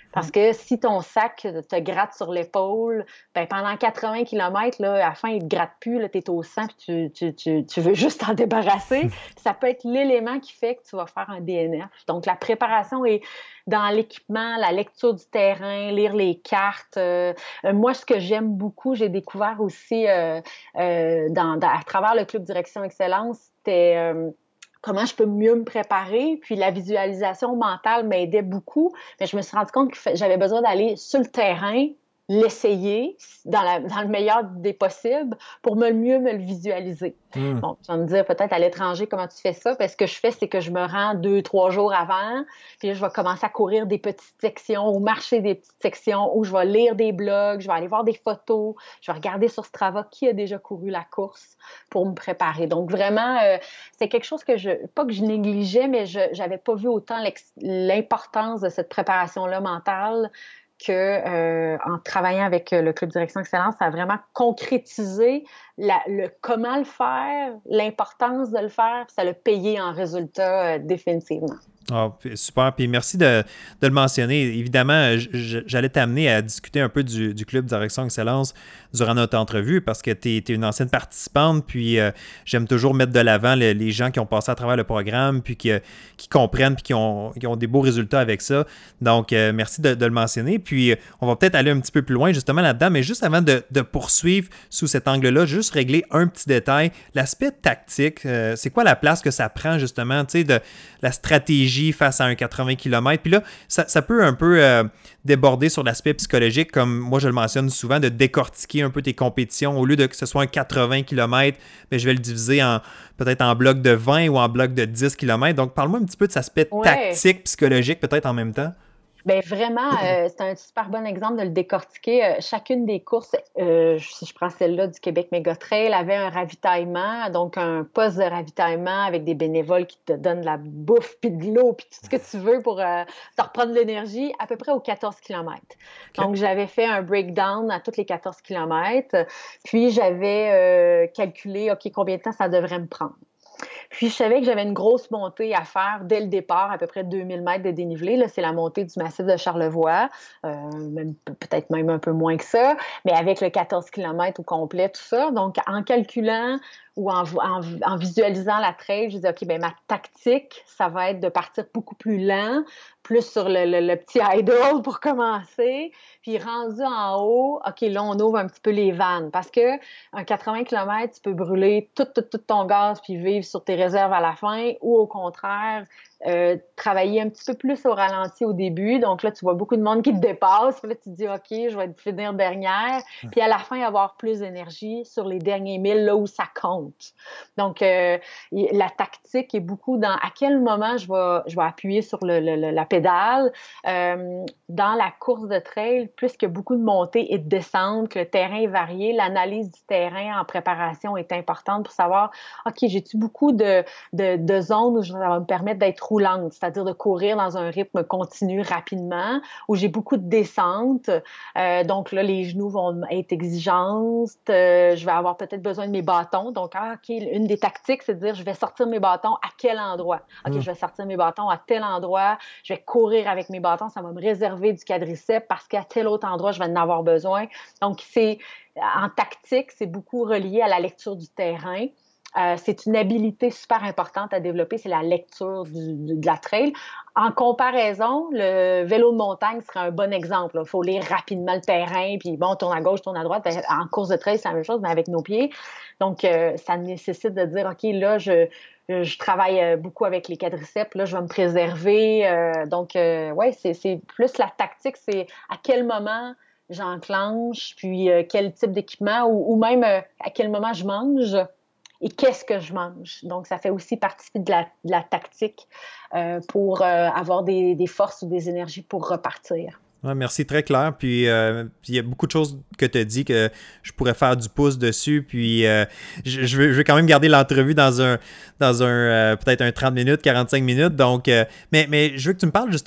Parce que si ton sac te gratte sur l'épaule, ben pendant quatre-vingts kilomètres, là, à la fin, il te gratte plus, tu es au sang, puis tu, tu, tu, tu veux juste t'en débarrasser. Ça peut être l'élément qui fait que tu vas faire un D N F. Donc, la préparation est dans l'équipement, la lecture du terrain, lire les cartes. Euh, moi, ce que j'aime beaucoup, j'ai découvert aussi euh, euh, dans, dans, à travers le Club Direction Excellence, c'était... Euh, comment je peux mieux me préparer. Puis la visualisation mentale m'aidait beaucoup, mais je me suis rendu compte que j'avais besoin d'aller sur le terrain, l'essayer dans, la, dans le meilleur des possibles pour me mieux me le visualiser. Mmh. Bon, tu vas me dire peut-être à l'étranger comment tu fais ça. Puis ce que je fais, c'est que je me rends deux, trois jours avant, puis là, je vais commencer à courir des petites sections ou marcher des petites sections où je vais lire des blogs, je vais aller voir des photos, je vais regarder sur Strava qui a déjà couru la course pour me préparer. Donc vraiment, euh, c'est quelque chose que je, pas que je négligeais, mais je j'avais pas vu autant l'importance de cette préparation-là mentale que euh, en travaillant avec le Club Direction Excellence, ça a vraiment concrétisé la, le comment le faire, l'importance de le faire, puis ça l'a payé en résultat euh, définitivement. Oh, super, puis merci de, de le mentionner. Évidemment, j'allais t'amener à discuter un peu du, du Club Direction Excellence durant notre entrevue parce que tu es une ancienne participante, puis euh, j'aime toujours mettre de l'avant les, les gens qui ont passé à travers le programme, puis qui, qui comprennent, puis qui ont, qui ont des beaux résultats avec ça. Donc, euh, merci de, de le mentionner. Puis, on va peut-être aller un petit peu plus loin justement là-dedans, mais juste avant de, de poursuivre sous cet angle-là, juste régler un petit détail. L'aspect tactique, euh, c'est quoi la place que ça prend justement, tu sais, de la stratégie face à un quatre-vingts kilomètres. Puis là, ça, ça peut un peu euh, déborder sur l'aspect psychologique, comme moi je le mentionne souvent, de décortiquer un peu tes compétitions. Au lieu de que ce soit un quatre-vingts kilomètres, bien, je vais le diviser en peut-être en bloc de vingt ou en bloc de dix kilomètres. Donc, parle-moi un petit peu de cet aspect ouais. tactique, psychologique, peut-être en même temps. Bien, vraiment, euh, c'est un super bon exemple de le décortiquer. Euh, chacune des courses, euh, si je prends celle-là du Québec Méga Trail, avait un ravitaillement, donc un poste de ravitaillement avec des bénévoles qui te donnent de la bouffe, puis de l'eau, puis tout ce que tu veux pour euh, te reprendre l'énergie, à peu près aux quatorze kilomètres. Okay. Donc, j'avais fait un breakdown à tous les quatorze kilomètres, puis j'avais euh, calculé, OK, combien de temps ça devrait me prendre. Puis, je savais que j'avais une grosse montée à faire dès le départ, à peu près deux mille mètres de dénivelé. Là, c'est la montée du massif de Charlevoix, euh, même, peut-être même un peu moins que ça, mais avec le quatorze kilomètres au complet, tout ça. Donc, en calculant ou en, en, en visualisant la trail, je dis OK, bien, ma tactique, ça va être de partir beaucoup plus lent, plus sur le, le, le petit idle pour commencer, puis rendu en haut, OK, là, on ouvre un petit peu les vannes, parce que un quatre-vingts kilomètres, tu peux brûler tout, tout, tout ton gaz puis vivre sur tes réserves à la fin, ou au contraire, euh, travailler un petit peu plus au ralenti au début. Donc là, tu vois beaucoup de monde qui te dépasse, puis là, tu te dis, OK, je vais finir dernière, puis à la fin, avoir plus d'énergie sur les derniers milles, là où ça compte. Donc, euh, la tactique est beaucoup dans à quel moment je vais, je vais appuyer sur le, le, la pédale. Euh, dans la course de trail, puisqu'il y a beaucoup de montées et de descentes, que le terrain est varié, l'analyse du terrain en préparation est importante pour savoir, OK, j'ai-tu beaucoup de, de, de zones où ça va me permettre d'être roulante, c'est-à-dire de courir dans un rythme continu rapidement, où j'ai beaucoup de descentes. Euh, donc là, les genoux vont être exigeantes. Euh, je vais avoir peut-être besoin de mes bâtons. Donc, ah, OK, une des tactiques, c'est de dire, je vais sortir mes bâtons à quel endroit? OK, mmh. je vais sortir mes bâtons à tel endroit. Je vais courir avec mes bâtons. Ça va me réserver du quadriceps parce qu'à tel autre endroit, je vais en avoir besoin. Donc, c'est en tactique, c'est beaucoup relié à la lecture du terrain. Euh, c'est une habilité super importante à développer, c'est la lecture du, du, de la trail. En comparaison, le vélo de montagne serait un bon exemple. Il faut lire rapidement le terrain, puis bon, tourne à gauche, tourne à droite. En course de trail, c'est la même chose, mais avec nos pieds. Donc, euh, ça nécessite de dire, OK, là, je, je travaille beaucoup avec les quadriceps, là, je vais me préserver. Euh, donc, euh, ouais, c'est, c'est plus la tactique, c'est à quel moment j'enclenche, puis euh, quel type d'équipement, ou, ou même euh, à quel moment je mange. Et qu'est-ce que je mange? Donc, ça fait aussi partie de la, de la tactique euh, pour euh, avoir des, des forces ou des énergies pour repartir. Ouais, merci, très clair. Puis, euh, puis il y a beaucoup de choses que tu as dit que je pourrais faire du pouce dessus. Puis euh, je, je, veux, je veux quand même garder l'entrevue dans un dans un euh, peut-être un trente minutes, quarante-cinq minutes. Donc, euh, mais, mais je veux que tu me parles justement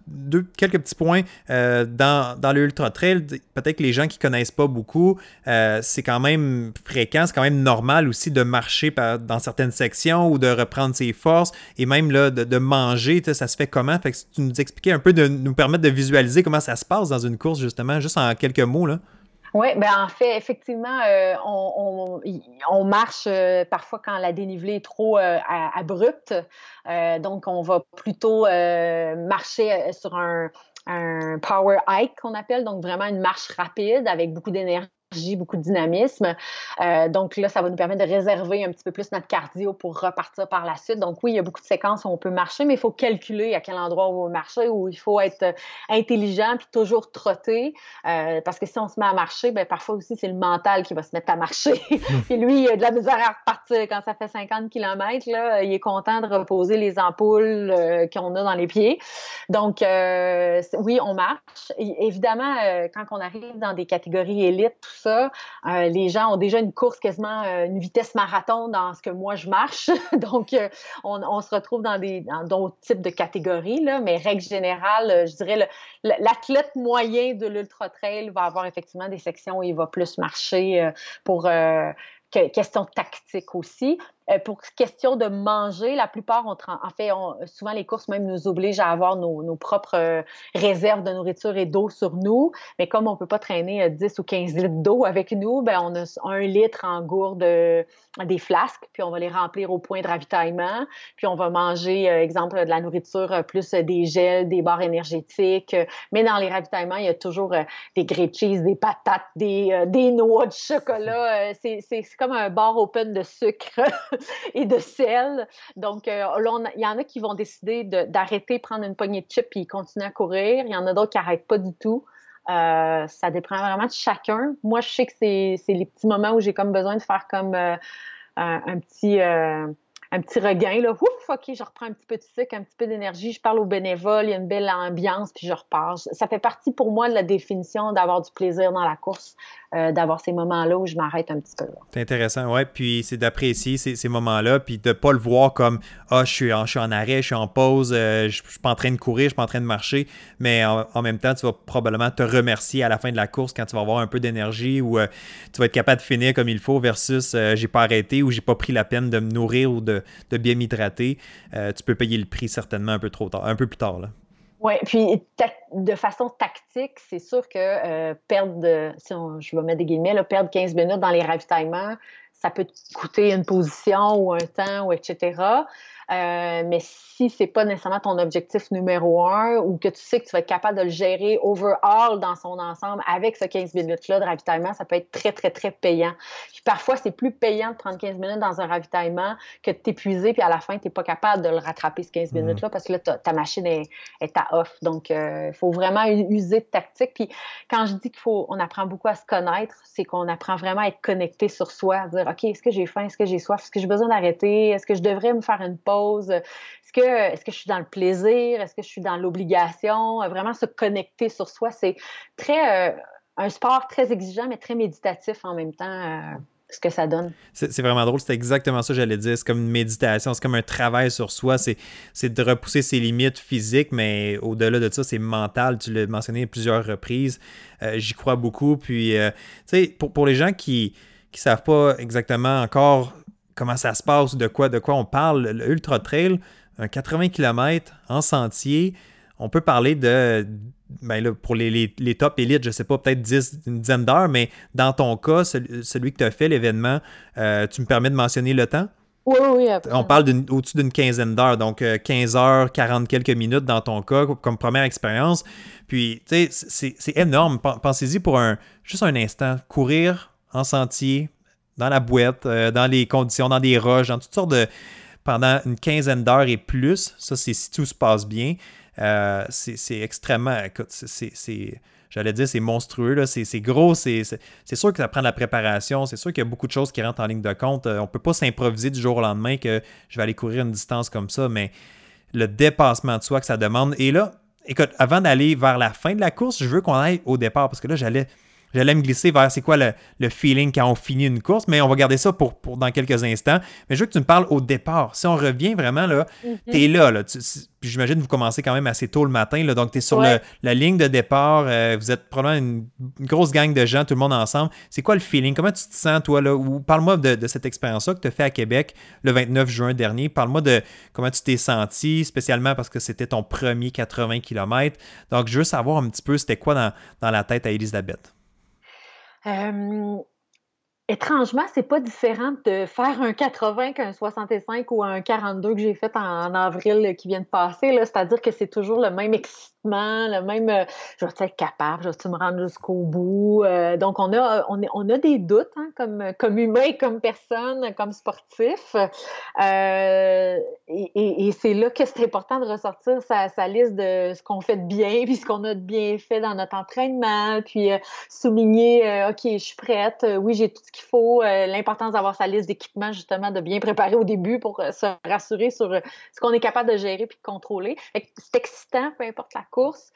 deux, quelques petits points euh, dans, dans le Ultra Trail. Peut-être que les gens qui ne connaissent pas beaucoup, euh, c'est quand même fréquent, c'est quand même normal aussi de marcher par, dans certaines sections ou de reprendre ses forces et même là, de, de manger. Ça se fait comment? Fait que si tu nous expliquais un peu, de nous permettre de visualiser comment ça se passe dans une course, justement, juste en quelques mots, là. Oui, ben en fait, effectivement, euh, on, on, on marche euh, parfois quand la dénivelée est trop euh, abrupte. Euh, donc, on va plutôt euh, marcher sur un, un power hike qu'on appelle, donc vraiment une marche rapide avec beaucoup d'énergie, beaucoup de dynamisme. Euh, donc là, ça va nous permettre de réserver un petit peu plus notre cardio pour repartir par la suite. Donc oui, il y a beaucoup de séquences où on peut marcher, mais il faut calculer à quel endroit on va marcher, où il faut être intelligent puis toujours trotter. Euh, parce que si on se met à marcher, ben parfois aussi, c'est le mental qui va se mettre à marcher. Puis lui, il a de la misère à repartir. Quand ça fait cinquante kilomètres, là, il est content de reposer les ampoules euh, qu'on a dans les pieds. Donc euh, oui, on marche. Et, évidemment, euh, quand on arrive dans des catégories élites, tout ça, Ça, euh, les gens ont déjà une course quasiment euh, une vitesse marathon dans ce que moi je marche. Donc, euh, on, on se retrouve dans des dans d'autres types de catégories, là, mais règle générale, euh, je dirais le, l'athlète moyen de l'ultra trail va avoir effectivement des sections où il va plus marcher euh, pour euh, que, question tactique aussi. Euh, pour question de manger, la plupart, on, en fait, on, souvent les courses même nous obligent à avoir nos, nos propres euh, réserves de nourriture et d'eau sur nous. Mais comme on peut pas traîner euh, dix ou quinze litres d'eau avec nous, ben on a un litre en gourde euh, des flasques, puis on va les remplir au point de ravitaillement. Puis on va manger, euh, exemple, de la nourriture, euh, plus euh, des gels, des barres énergétiques. Euh, mais dans les ravitaillements, il y a toujours euh, des grilled cheese, des patates, des, euh, des noix de chocolat. Euh, c'est, c'est, c'est comme un bar open de sucre. et de sel. Donc, euh, là, il y en a qui vont décider de, d'arrêter, prendre une poignée de chips puis continuer à courir. Il y en a d'autres qui n'arrêtent pas du tout. Euh, ça dépend vraiment de chacun. Moi, je sais que c'est, c'est les petits moments où j'ai comme besoin de faire comme euh, un, un petit... Euh, un petit regain, là, ouf, OK, je reprends un petit peu de sucre, un petit peu d'énergie, je parle aux bénévoles, il y a une belle ambiance, puis je repars. Ça fait partie pour moi de la définition d'avoir du plaisir dans la course, euh, d'avoir ces moments-là où je m'arrête un petit peu. Là. C'est intéressant, ouais, puis c'est d'apprécier ces, ces moments-là, puis de ne pas le voir comme « Ah, je suis en, je suis en arrêt, je suis en pause, euh, je ne suis pas en train de courir, je suis pas en train de marcher », mais en, en même temps, tu vas probablement te remercier à la fin de la course quand tu vas avoir un peu d'énergie ou euh, tu vas être capable de finir comme il faut versus euh, « J'ai pas arrêté » ou « J'ai pas pris la peine de me nourrir ou de de bien m'hydrater, euh, tu peux payer le prix certainement un peu trop tard, un peu plus tard. Là. Oui, puis ta- de façon tactique, c'est sûr que euh, perdre, de, si on, je vais mettre des guillemets, là, perdre quinze minutes dans les ravitaillements, ça peut te coûter une position ou un temps, ou et cetera. Euh, mais si c'est pas nécessairement ton objectif numéro un ou que tu sais que tu vas être capable de le gérer overall dans son ensemble avec ce quinze minutes-là de ravitaillement, ça peut être très, très, très payant. Puis parfois, c'est plus payant de prendre quinze minutes dans un ravitaillement que de t'épuiser puis à la fin, t'es pas capable de le rattraper ce quinze minutes-là parce que là, ta, ta machine est, est à off. Donc, il euh, faut vraiment user de tactique. Puis quand je dis qu'il faut, on apprend beaucoup à se connaître, c'est qu'on apprend vraiment à être connecté sur soi, à dire, OK, est-ce que j'ai faim? Est-ce que j'ai soif? Est-ce que j'ai besoin d'arrêter? Est-ce que je devrais me faire une pause? Est-ce que, est-ce que je suis dans le plaisir? Est-ce que je suis dans l'obligation? Vraiment se connecter sur soi, c'est très euh, un sport très exigeant, mais très méditatif en même temps, euh, ce que ça donne. C'est, c'est vraiment drôle, c'est exactement ça que j'allais dire. C'est comme une méditation, c'est comme un travail sur soi. C'est, c'est de repousser ses limites physiques, mais au-delà de ça, c'est mental. Tu l'as mentionné à plusieurs reprises. Euh, j'y crois beaucoup. Puis, euh, tu sais, pour, pour les gens qui ne savent pas exactement encore comment ça se passe ou de quoi, de quoi on parle, le Ultra Trail, un quatre-vingts kilomètres en sentier, on peut parler de, ben là, pour les, les, les top élites, je ne sais pas, peut-être dix, une dizaine d'heures, mais dans ton cas, celui, celui que tu as fait, l'événement, euh, tu me permets de mentionner le temps? Oui, oui, absolument. On parle d'une, au-dessus d'une quinzaine d'heures, donc quinze heures, quarante quelques minutes dans ton cas, comme première expérience. Puis, tu sais, c'est, c'est énorme. Pensez-y pour un, juste un instant, courir en sentier, dans la boîte, euh, dans les conditions, dans des roches, dans toutes sortes de... pendant une quinzaine d'heures et plus, ça, c'est si tout se passe bien. Euh, c'est, c'est extrêmement... Écoute, c'est, c'est, c'est, j'allais dire, c'est monstrueux, là, c'est, c'est gros, c'est, c'est, c'est sûr que ça prend de la préparation, c'est sûr qu'il y a beaucoup de choses qui rentrent en ligne de compte. Euh, on ne peut pas s'improviser du jour au lendemain que je vais aller courir une distance comme ça, mais le dépassement de soi que ça demande. Et là, écoute, avant d'aller vers la fin de la course, je veux qu'on aille au départ, parce que là, j'allais... j'allais me glisser vers c'est quoi le, le feeling quand on finit une course, mais on va garder ça pour, pour dans quelques instants. Mais je veux que tu me parles au départ. Si on revient vraiment, là, Mm-hmm. t'es là, là tu, puis j'imagine que vous commencez quand même assez tôt le matin, là, donc t'es sur Ouais. le, la ligne de départ, euh, vous êtes probablement une, une grosse gang de gens, tout le monde ensemble. C'est quoi le feeling? Comment tu te sens, toi, là? Ou parle-moi de, de cette expérience-là que tu as fait à Québec le vingt-neuf juin dernier. Parle-moi de comment tu t'es senti, spécialement parce que c'était ton premier quatre-vingts kilomètres. Donc, je veux savoir un petit peu c'était quoi dans, dans la tête à Elisabeth. Euh, Étrangement, c'est pas différent de faire un quatre-vingts qu'un soixante-cinq ou un quarante-deux que j'ai fait en, en avril qui vient de passer, là. C'est-à-dire que c'est toujours le même excitement, le même euh, je vais être capable, je vais me rendre jusqu'au bout. Euh, donc, on a, on, est, on a des doutes hein, comme, comme humain, comme personne, comme sportif. Euh, et, et, et c'est là que c'est important de ressortir sa, sa liste de ce qu'on fait de bien, puis ce qu'on a de bien fait dans notre entraînement, puis euh, souligner, euh, OK, je suis prête, euh, oui, j'ai tout ce qu'il faut, euh, l'importance d'avoir sa liste d'équipements, justement, de bien préparer au début pour euh, se rassurer sur euh, ce qu'on est capable de gérer puis de contrôler. Fait que c'est excitant, peu importe la course.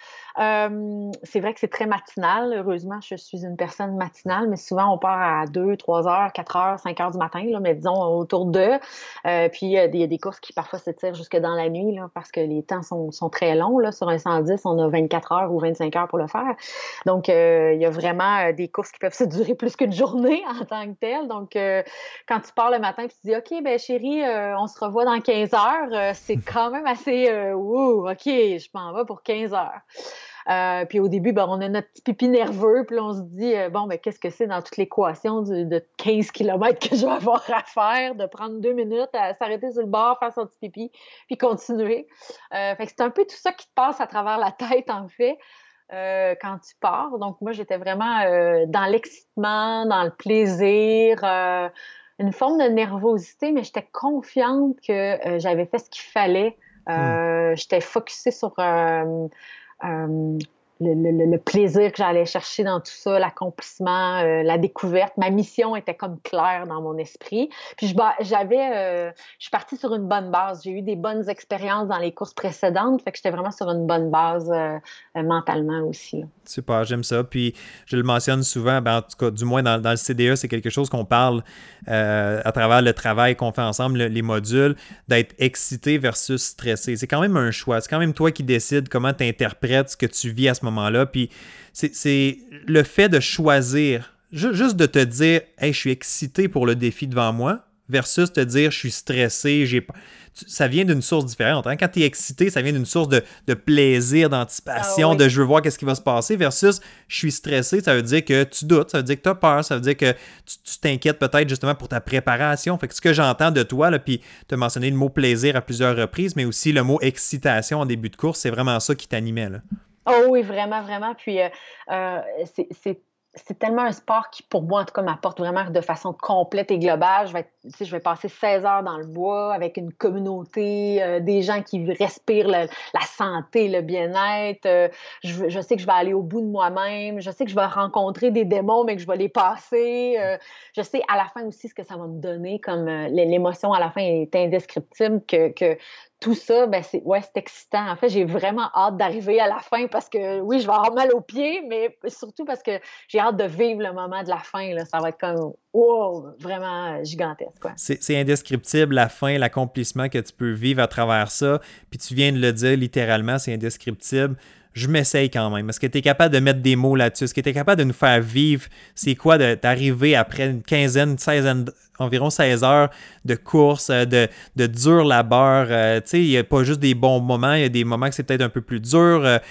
Euh, c'est vrai que c'est très matinal. Heureusement, je suis une personne matinale, mais souvent, on part à deux, trois heures, quatre heures, cinq heures du matin, là, mais disons autour d'eux. Euh, puis, il y a des, des courses qui parfois s'étirent jusque dans la nuit là, parce que les temps sont, sont très longs. Là. Sur un cent dix, on a vingt-quatre heures ou vingt-cinq heures pour le faire. Donc, euh, il y a vraiment des courses qui peuvent se durer plus qu'une journée en tant que telle. Donc, euh, quand tu pars le matin et tu dis « OK, ben chérie, euh, on se revoit dans quinze heures euh, », c'est quand même assez euh, « Ouh, OK, je m'en vais pour quinze heures ». Euh, puis au début, ben, on a notre petit pipi nerveux, puis là, on se dit, euh, bon, ben, qu'est-ce que c'est dans toute l'équation de, de quinze kilomètres que je vais avoir à faire, de prendre deux minutes à s'arrêter sur le bord, faire son petit pipi, puis continuer. Euh, fait que c'est un peu tout ça qui te passe à travers la tête, en fait. Euh, quand tu pars. Donc, moi, j'étais vraiment euh, dans l'excitement, dans le plaisir, euh, une forme de nervosité, mais j'étais confiante que euh, j'avais fait ce qu'il fallait. Euh, hmm. J'étais focusée sur euh, euh, le, le, le plaisir que j'allais chercher dans tout ça, l'accomplissement, euh, la découverte. Ma mission était comme claire dans mon esprit. Puis je, j'avais, euh, je suis partie sur une bonne base. J'ai eu des bonnes expériences dans les courses précédentes, fait que j'étais vraiment sur une bonne base euh, euh, mentalement aussi. Là. Super, j'aime ça. Puis je le mentionne souvent, ben, en tout cas, du moins dans, dans le C D E, c'est quelque chose qu'on parle euh, à travers le travail qu'on fait ensemble, le, les modules, d'être excité versus stressé. C'est quand même un choix. C'est quand même toi qui décides comment tu interprètes ce que tu vis à ce moment-là. Puis c'est, c'est le fait de choisir, juste de te dire « Hey, je suis excité pour le défi devant moi », versus te dire « Je suis stressé, j'ai pas... » Ça vient d'une source différente. Hein? Quand tu es excité, ça vient d'une source de, de plaisir, d'anticipation, ah, oui. de je veux voir qu'est-ce qui va se passer, versus je suis stressé, ça veut dire que tu doutes, ça veut dire que tu as peur, ça veut dire que tu, tu t'inquiètes peut-être justement pour ta préparation. Fait que ce que j'entends de toi, là, puis tu as mentionné le mot plaisir à plusieurs reprises, mais aussi le mot excitation en début de course, c'est vraiment ça qui t'animait. Là. Oh oui, vraiment, vraiment. Puis euh, euh, c'est, c'est c'est tellement un sport qui, pour moi, en tout cas, m'apporte vraiment de façon complète et globale. Je vais, être, tu sais, je vais passer seize heures dans le bois avec une communauté, euh, des gens qui respirent le, la santé, le bien-être. Euh, je, je sais que je vais aller au bout de moi-même. Je sais que je vais rencontrer des démons, mais que je vais les passer. Euh, je sais à la fin aussi ce que ça va me donner, comme euh, l'émotion à la fin est indescriptible, que... que tout ça, ben c'est ouais, c'est excitant. En fait, j'ai vraiment hâte d'arriver à la fin parce que oui, je vais avoir mal aux pieds, mais surtout parce que j'ai hâte de vivre le moment de la fin. Là. Ça va être comme wow, vraiment gigantesque. Quoi. C'est, c'est indescriptible la fin, l'accomplissement que tu peux vivre à travers ça. Puis tu viens de le dire littéralement, c'est indescriptible. Je m'essaye quand même. Est-ce que tu es capable de mettre des mots là-dessus? Est-ce que tu es capable de nous faire vivre? C'est quoi de, d'arriver après une quinzaine, seizaine, environ seize heures de course, de, de dur labeur? Euh, tu sais, il n'y a pas juste des bons moments, il y a des moments que c'est peut-être un peu plus dur. Euh,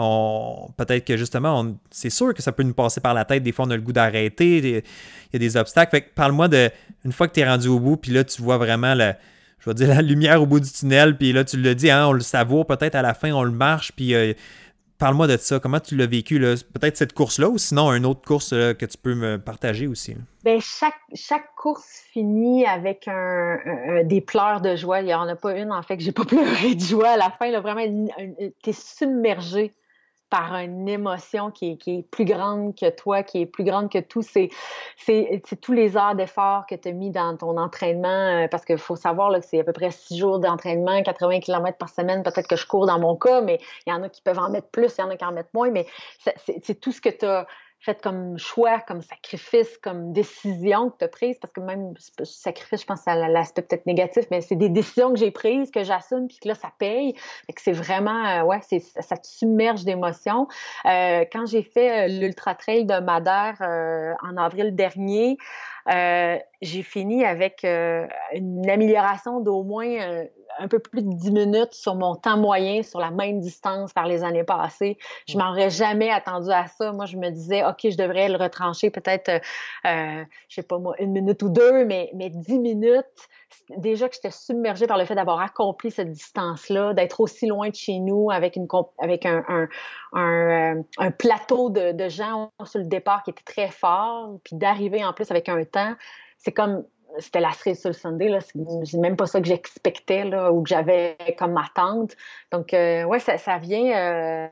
on, peut-être que justement, on, c'est sûr que ça peut nous passer par la tête. Des fois, on a le goût d'arrêter. Il y a des obstacles. Fait que parle-moi de une fois que tu es rendu au bout, puis là, tu vois vraiment le... je vais dire la lumière au bout du tunnel, puis là, tu le dis, hein, on le savoure, peut-être à la fin, on le marche, puis... Euh, parle-moi de ça. Comment tu l'as vécu? Là? Peut-être cette course-là ou sinon une autre course là, que tu peux me partager aussi. Là. Bien, chaque, chaque course finit avec un, un, des pleurs de joie. Il n'y en a pas une, en fait, que j'ai pas pleuré de joie à la fin. Là, vraiment, tu es submergé par une émotion qui est, qui est plus grande que toi, qui est plus grande que tout. C'est, c'est, c'est tous les heures d'effort que tu as mis dans ton entraînement, parce qu'il faut savoir là, que c'est à peu près six jours d'entraînement, quatre-vingts kilomètres par semaine. Peut-être que je cours dans mon cas, mais il y en a qui peuvent en mettre plus, il y en a qui en mettent moins, mais c'est, c'est, c'est tout ce que tu as fait comme choix, comme sacrifice, comme décision que tu as prise, parce que même sacrifice, je pense à l'aspect peut-être négatif, mais c'est des décisions que j'ai prises, que j'assume, puis que là, ça paye. Fait que c'est vraiment, euh, ouais, c'est, ça te submerge d'émotions. Euh, quand j'ai fait euh, l'Ultra Trail de Madère euh, en avril dernier, euh, j'ai fini avec euh, une amélioration d'au moins euh, un peu plus de dix minutes sur mon temps moyen sur la même distance par les années passées. Je m'en aurais jamais attendu à ça. Moi, je me disais, OK, je devrais le retrancher peut-être, euh, je sais pas moi, une minute ou deux, mais, mais dix minutes, déjà que j'étais submergée par le fait d'avoir accompli cette distance-là, d'être aussi loin de chez nous avec, une, avec un, un, un, un plateau de, de gens sur le départ qui était très fort, puis d'arriver en plus avec un temps, c'est comme c'était la cerise sur le sundae, là. C'est même pas ça que j'expectais, là, ou que j'avais comme attente. Donc, euh, ouais, ça, ça vient... Euh...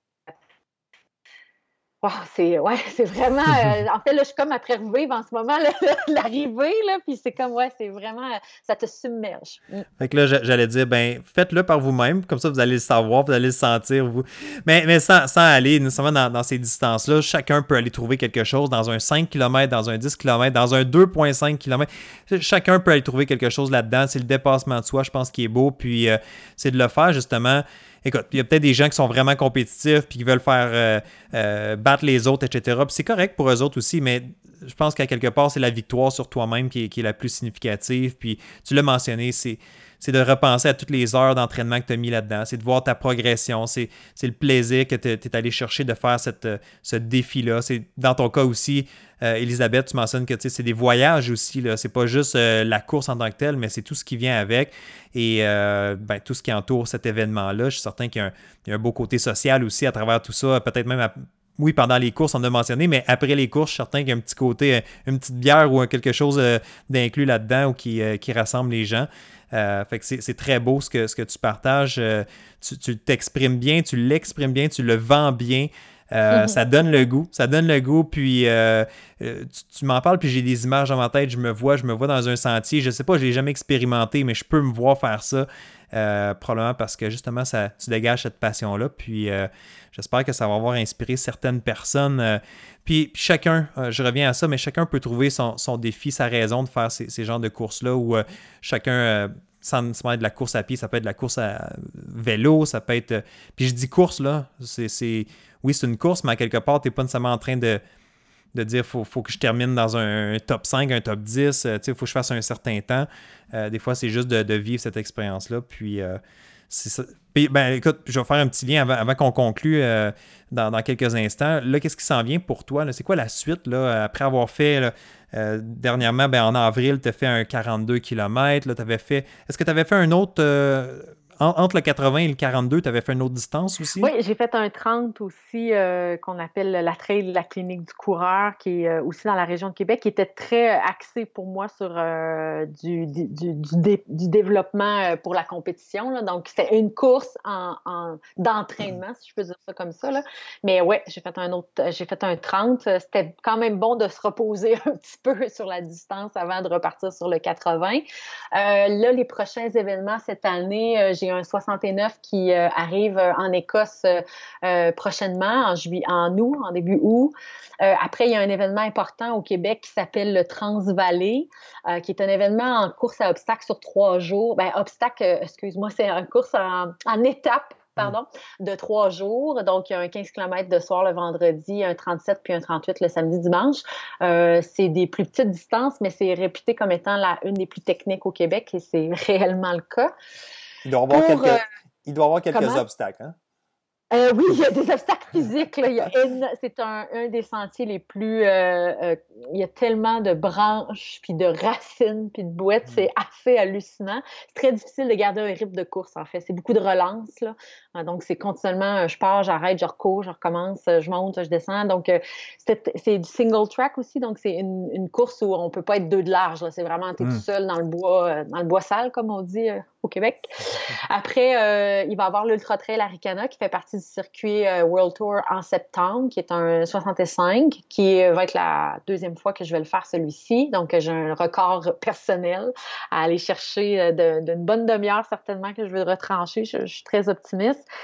Wow, c'est, ouais, c'est vraiment... Euh... en fait, là, je suis comme après revivre en ce moment, là, l'arrivée, là, puis c'est comme, ouais, c'est vraiment... Ça te submerge. Mm. Fait que là, j'allais dire, ben, faites-le par vous-même, comme ça, vous allez le savoir, vous allez le sentir, vous. Mais, mais sans, sans aller nécessairement dans, dans ces distances-là, chacun peut aller trouver quelque chose dans un cinq kilomètres, dans un dix kilomètres, dans un deux virgule cinq kilomètres. Chacun peut aller trouver quelque chose là-dedans. C'est le dépassement de soi, je pense, qui est beau, puis euh, c'est de le faire, justement. Écoute, il y a peut-être des gens qui sont vraiment compétitifs puis qui veulent faire euh, euh, battre les autres, et cetera. Puis c'est correct pour eux autres aussi, mais je pense qu'à quelque part, c'est la victoire sur toi-même qui est, qui est la plus significative. Puis tu l'as mentionné, c'est, c'est de repenser à toutes les heures d'entraînement que tu as mis là-dedans. C'est de voir ta progression. C'est, c'est le plaisir que tu es allé chercher de faire cette, ce défi-là. C'est dans ton cas aussi, euh, Elisabeth, tu mentionnes que c'est des voyages aussi. Là. C'est pas juste euh, la course en tant que telle, mais c'est tout ce qui vient avec. Et euh, ben, tout ce qui entoure cet événement-là. Je suis certain qu'il y a un, il y a un beau côté social aussi à travers tout ça. Peut-être même, à, oui, pendant les courses, on a mentionné, mais après les courses, je suis certain qu'il y a un petit côté, une petite bière ou quelque chose d'inclus là-dedans ou qui, qui rassemble les gens. Euh, fait que c'est, c'est très beau ce que, ce que tu partages. Euh, tu, tu t'exprimes bien, tu l'exprimes bien, tu le vends bien. Euh, ça donne le goût, ça donne le goût, puis euh, tu, tu m'en parles, puis j'ai des images dans ma tête, je me vois, je me vois dans un sentier, je sais pas, je l'ai jamais expérimenté, mais je peux me voir faire ça, euh, probablement parce que justement, ça, tu dégages cette passion-là, puis euh, j'espère que ça va avoir inspiré certaines personnes, euh, puis, puis chacun, euh, je reviens à ça, mais chacun peut trouver son, son défi, sa raison de faire ces, ces genres de courses-là, où euh, chacun... Euh, sans nécessairement être de la course à pied, ça peut être de la course à vélo, ça peut être... Euh, puis je dis course, là, c'est... c'est oui, c'est une course, mais à quelque part, tu n'es pas nécessairement en train de, de dire qu'il faut, faut que je termine dans un, un top cinq, un top dix, euh, il faut que je fasse un certain temps. Euh, des fois, c'est juste de, de vivre cette expérience-là. Puis, euh, c'est ça. Puis, ben, écoute, je vais faire un petit lien avant, avant qu'on conclue euh, dans, dans quelques instants. Là, qu'est-ce qui s'en vient pour toi? Là? C'est quoi la suite, là, après avoir fait... Là, Euh, dernièrement, ben, en avril, tu as fait un quarante-deux kilomètres. Là, t'avais fait... Est-ce que tu avais fait un autre... Euh, en, entre le quatre-vingts et le quarante-deux, tu avais fait une autre distance aussi? Oui, j'ai fait un trente aussi euh, qu'on appelle la trail de la clinique du coureur, qui est euh, aussi dans la région de Québec, qui était très axé pour moi sur euh, du, du, du, dé, du développement pour la compétition. Là. Donc, c'était une course en, en, d'entraînement, si je peux dire ça comme ça. Là. Mais ouais, j'ai fait un autre, j'ai fait un trente. C'était quand même bon de se reposer un petit peu sur la distance avant de repartir sur le quatre-vingts. Euh, là, les prochains événements cette année, euh, j'ai un soixante et neuf qui euh, arrive en Écosse euh, prochainement, en, juillet, en août, en début août. Euh, après, il y a un événement important au Québec qui s'appelle le Transvalley, euh, qui est un événement en course à obstacles sur trois jours. Ben, obstacle, euh, excuse-moi, c'est une course en, en étapes. Pardon, de trois jours. Donc, il y a un quinze kilomètres de soir le vendredi, un trente-sept puis un trente-huit le samedi dimanche. Euh, c'est des plus petites distances, mais c'est réputé comme étant la, une des plus techniques au Québec et c'est réellement le cas. Il doit y avoir Pour, quelques, euh, il doit y avoir quelques comment? obstacles, hein? Euh, oui, il y a des obstacles physiques. Là. Il y a une, c'est un, un des sentiers les plus... Euh, euh, il y a tellement de branches, puis de racines, puis de boîtes. C'est assez hallucinant. C'est très difficile de garder un rythme de course, en fait. C'est beaucoup de relance. Là. Donc, c'est continuellement, je pars, j'arrête, je recours, je recommence, je monte, je descends. Donc, euh, c'est, c'est du single track aussi. Donc, c'est une, une course où on peut pas être deux de large. Là. C'est vraiment, t'es mm. tout seul dans le bois, dans le bois sale, comme on dit euh, au Québec. Après, euh, il va y avoir l'Ultra Trail Arikana qui fait partie du circuit euh, World Tour en septembre, qui est un soixante-cinq, qui va être la deuxième fois que je vais le faire celui-ci. Donc, j'ai un record personnel à aller chercher de, d'une bonne demi-heure certainement que je vais retrancher. Je, je suis très optimiste.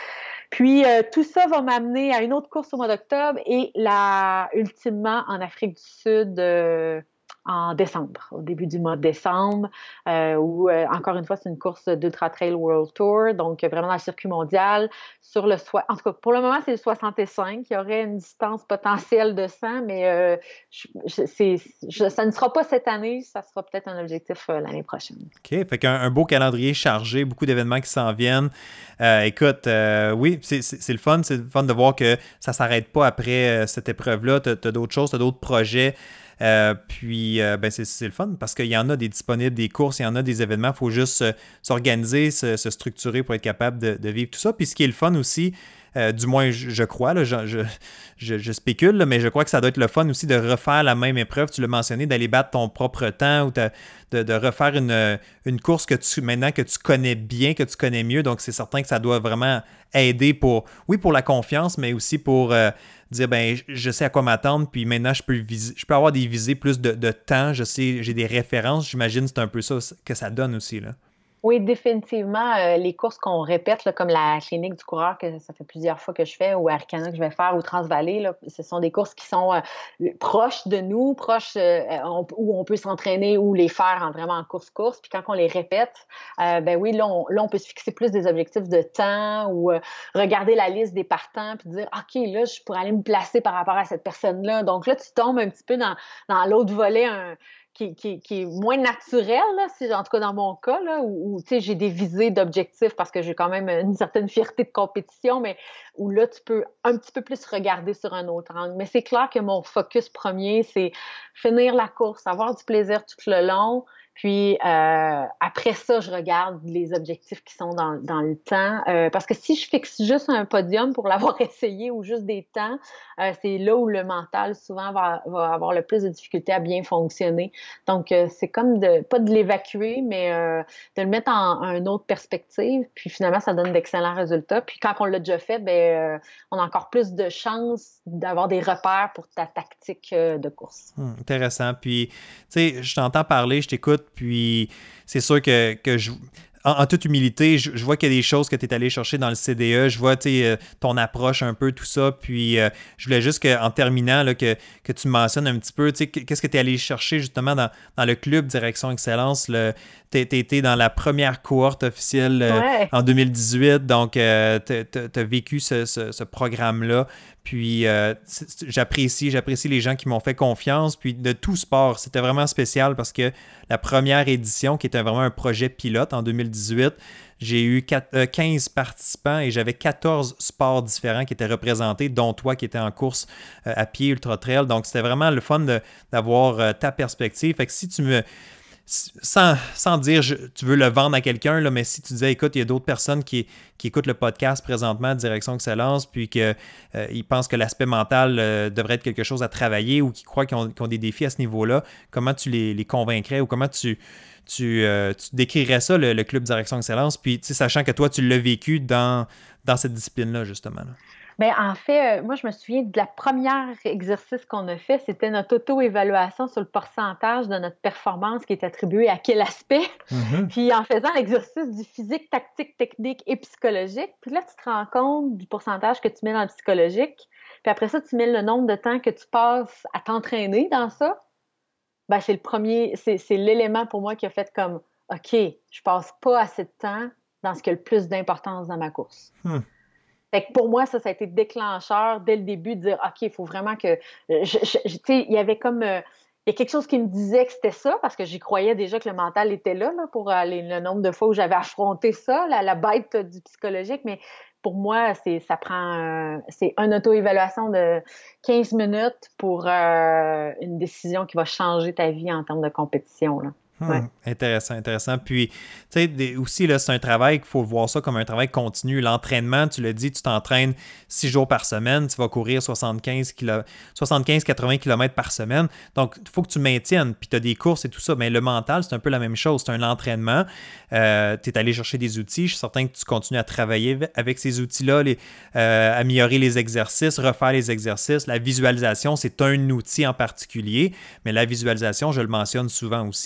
Puis, euh, tout ça va m'amener à une autre course au mois d'octobre et là, ultimement, en Afrique du Sud, euh, en décembre, au début du mois de décembre, euh, où, euh, encore une fois, c'est une course d'Ultra Trail World Tour, donc vraiment dans le circuit mondial. Sur le so- en tout cas, pour le moment, c'est le soixante-cinq. Il y aurait une distance potentielle de cent, mais euh, je, je, c'est, je, ça ne sera pas cette année, ça sera peut-être un objectif euh, l'année prochaine. OK, fait qu'un un beau calendrier chargé, beaucoup d'événements qui s'en viennent. Euh, écoute, euh, oui, c'est, c'est, c'est le fun, c'est le fun de voir que ça ne s'arrête pas après euh, cette épreuve-là. Tu as d'autres choses, tu as d'autres projets. Euh, puis, euh, ben c'est, c'est le fun parce qu'il y en a des disponibles, des courses, il y en a des événements. Il faut juste euh, s'organiser, se, se structurer pour être capable de, de vivre tout ça. Puis, ce qui est le fun aussi, euh, du moins, je, je crois, là, je, je, je, je spécule, là, mais je crois que ça doit être le fun aussi de refaire la même épreuve. Tu l'as mentionné, d'aller battre ton propre temps ou de, de refaire une, une course que tu, maintenant que tu connais bien, que tu connais mieux. Donc, c'est certain que ça doit vraiment aider pour, oui, pour la confiance, mais aussi pour euh, dire, ben, je sais à quoi m'attendre, puis maintenant, je peux, viser, je peux avoir des visées plus de, de temps. Je sais, j'ai des références. J'imagine que c'est un peu ça que ça donne aussi, là. Oui, définitivement, euh, les courses qu'on répète, là, comme la clinique du coureur, que ça fait plusieurs fois que je fais, ou Arcana que je vais faire, ou Transvallée, là, ce sont des courses qui sont euh, proches de nous, proches euh, on, où on peut s'entraîner ou les faire en vraiment en course-course. Puis quand on les répète, euh, ben oui, là on, là, on peut se fixer plus des objectifs de temps ou euh, regarder la liste des partants puis dire, OK, là, je pourrais aller me placer par rapport à cette personne-là. Donc là, tu tombes un petit peu dans, dans l'autre volet, un Qui, qui, qui est moins naturel, là, si, en tout cas dans mon cas, là, où, où j'ai des visées d'objectifs parce que j'ai quand même une certaine fierté de compétition, mais où là, tu peux un petit peu plus regarder sur un autre angle. Mais c'est clair que mon focus premier, c'est finir la course, avoir du plaisir tout le long. Puis euh, après ça, je regarde les objectifs qui sont dans, dans le temps. Euh, parce que si je fixe juste un podium pour l'avoir essayé ou juste des temps, euh, c'est là où le mental souvent va, va avoir le plus de difficultés à bien fonctionner. Donc, euh, c'est comme de, pas de l'évacuer, mais euh, de le mettre en, en une autre perspective. Puis finalement, ça donne d'excellents résultats. Puis quand on l'a déjà fait, ben, euh, on a encore plus de chances d'avoir des repères pour ta tactique euh, de course. Hum, intéressant. Puis, tu sais, je t'entends parler, je t'écoute, puis c'est sûr que, que je... En, en toute humilité, je, je vois qu'il y a des choses que tu es allé chercher dans le C D E. Je vois euh, ton approche un peu, tout ça. Puis, euh, je voulais juste qu'en terminant, là, que, que tu mentionnes un petit peu, qu'est-ce que tu es allé chercher justement dans, dans le club Direction Excellence. Tu as été dans la première cohorte officielle euh, ouais. en deux mille dix-huit. Donc, euh, tu as vécu ce, ce, ce programme-là. Puis, euh, j'apprécie, j'apprécie les gens qui m'ont fait confiance. Puis, de tout sport, c'était vraiment spécial parce que la première édition, qui était vraiment un projet pilote en deux mille dix-huit, j'ai eu quinze participants et j'avais quatorze sports différents qui étaient représentés, dont toi qui étais en course à pied ultra trail. Donc, c'était vraiment le fun de, d'avoir ta perspective. Fait que si tu me... Sans, sans dire je, tu veux le vendre à quelqu'un, là, mais si tu disais, écoute, il y a d'autres personnes qui, qui écoutent le podcast présentement, Direction Excellence, puis qu'ils euh, pensent que l'aspect mental euh, devrait être quelque chose à travailler ou qui croient qu'ils ont, qu'ils ont des défis à ce niveau-là, comment tu les, les convaincrais ou comment tu, tu, euh, tu décrirais ça, le, le club Direction Excellence, puis sachant que toi, tu l'as vécu dans, dans cette discipline-là, justement. Là. Bien, en fait, moi, je me souviens de la première exercice qu'on a fait, c'était notre auto-évaluation sur le pourcentage de notre performance qui est attribué à quel aspect. Mm-hmm. Puis en faisant l'exercice du physique, tactique, technique et psychologique, puis là, tu te rends compte du pourcentage que tu mets dans le psychologique. Puis après ça, tu mets le nombre de temps que tu passes à t'entraîner dans ça. Bien, c'est le premier, c'est, c'est l'élément pour moi qui a fait comme, OK, je passe pas assez de temps dans ce qui a le plus d'importance dans ma course. Hmm. Fait que pour moi, ça, ça a été déclencheur dès le début de dire, OK, il faut vraiment que... Je, je, tu sais, il y avait comme... Euh, il y a quelque chose qui me disait que c'était ça, parce que j'y croyais déjà que le mental était là, là pour aller, le nombre de fois où j'avais affronté ça, la, la bête du psychologique, mais pour moi, c'est ça prend... Euh, c'est une auto-évaluation de quinze minutes pour euh, une décision qui va changer ta vie en termes de compétition, là. Hmm, ouais. Intéressant, intéressant. Puis, tu sais, aussi, là, c'est un travail qu'il faut voir ça comme un travail continu. L'entraînement, tu l'as dit, tu t'entraînes six jours par semaine, tu vas courir soixante-quinze à quatre-vingts kilomètres par semaine. Donc, il faut que tu maintiennes, puis tu as des courses et tout ça. Mais le mental, c'est un peu la même chose. C'est un entraînement. Euh, tu es allé chercher des outils. Je suis certain que tu continues à travailler avec ces outils-là, les, euh, améliorer les exercices, refaire les exercices. La visualisation, c'est un outil en particulier, mais la visualisation, je le mentionne souvent aussi,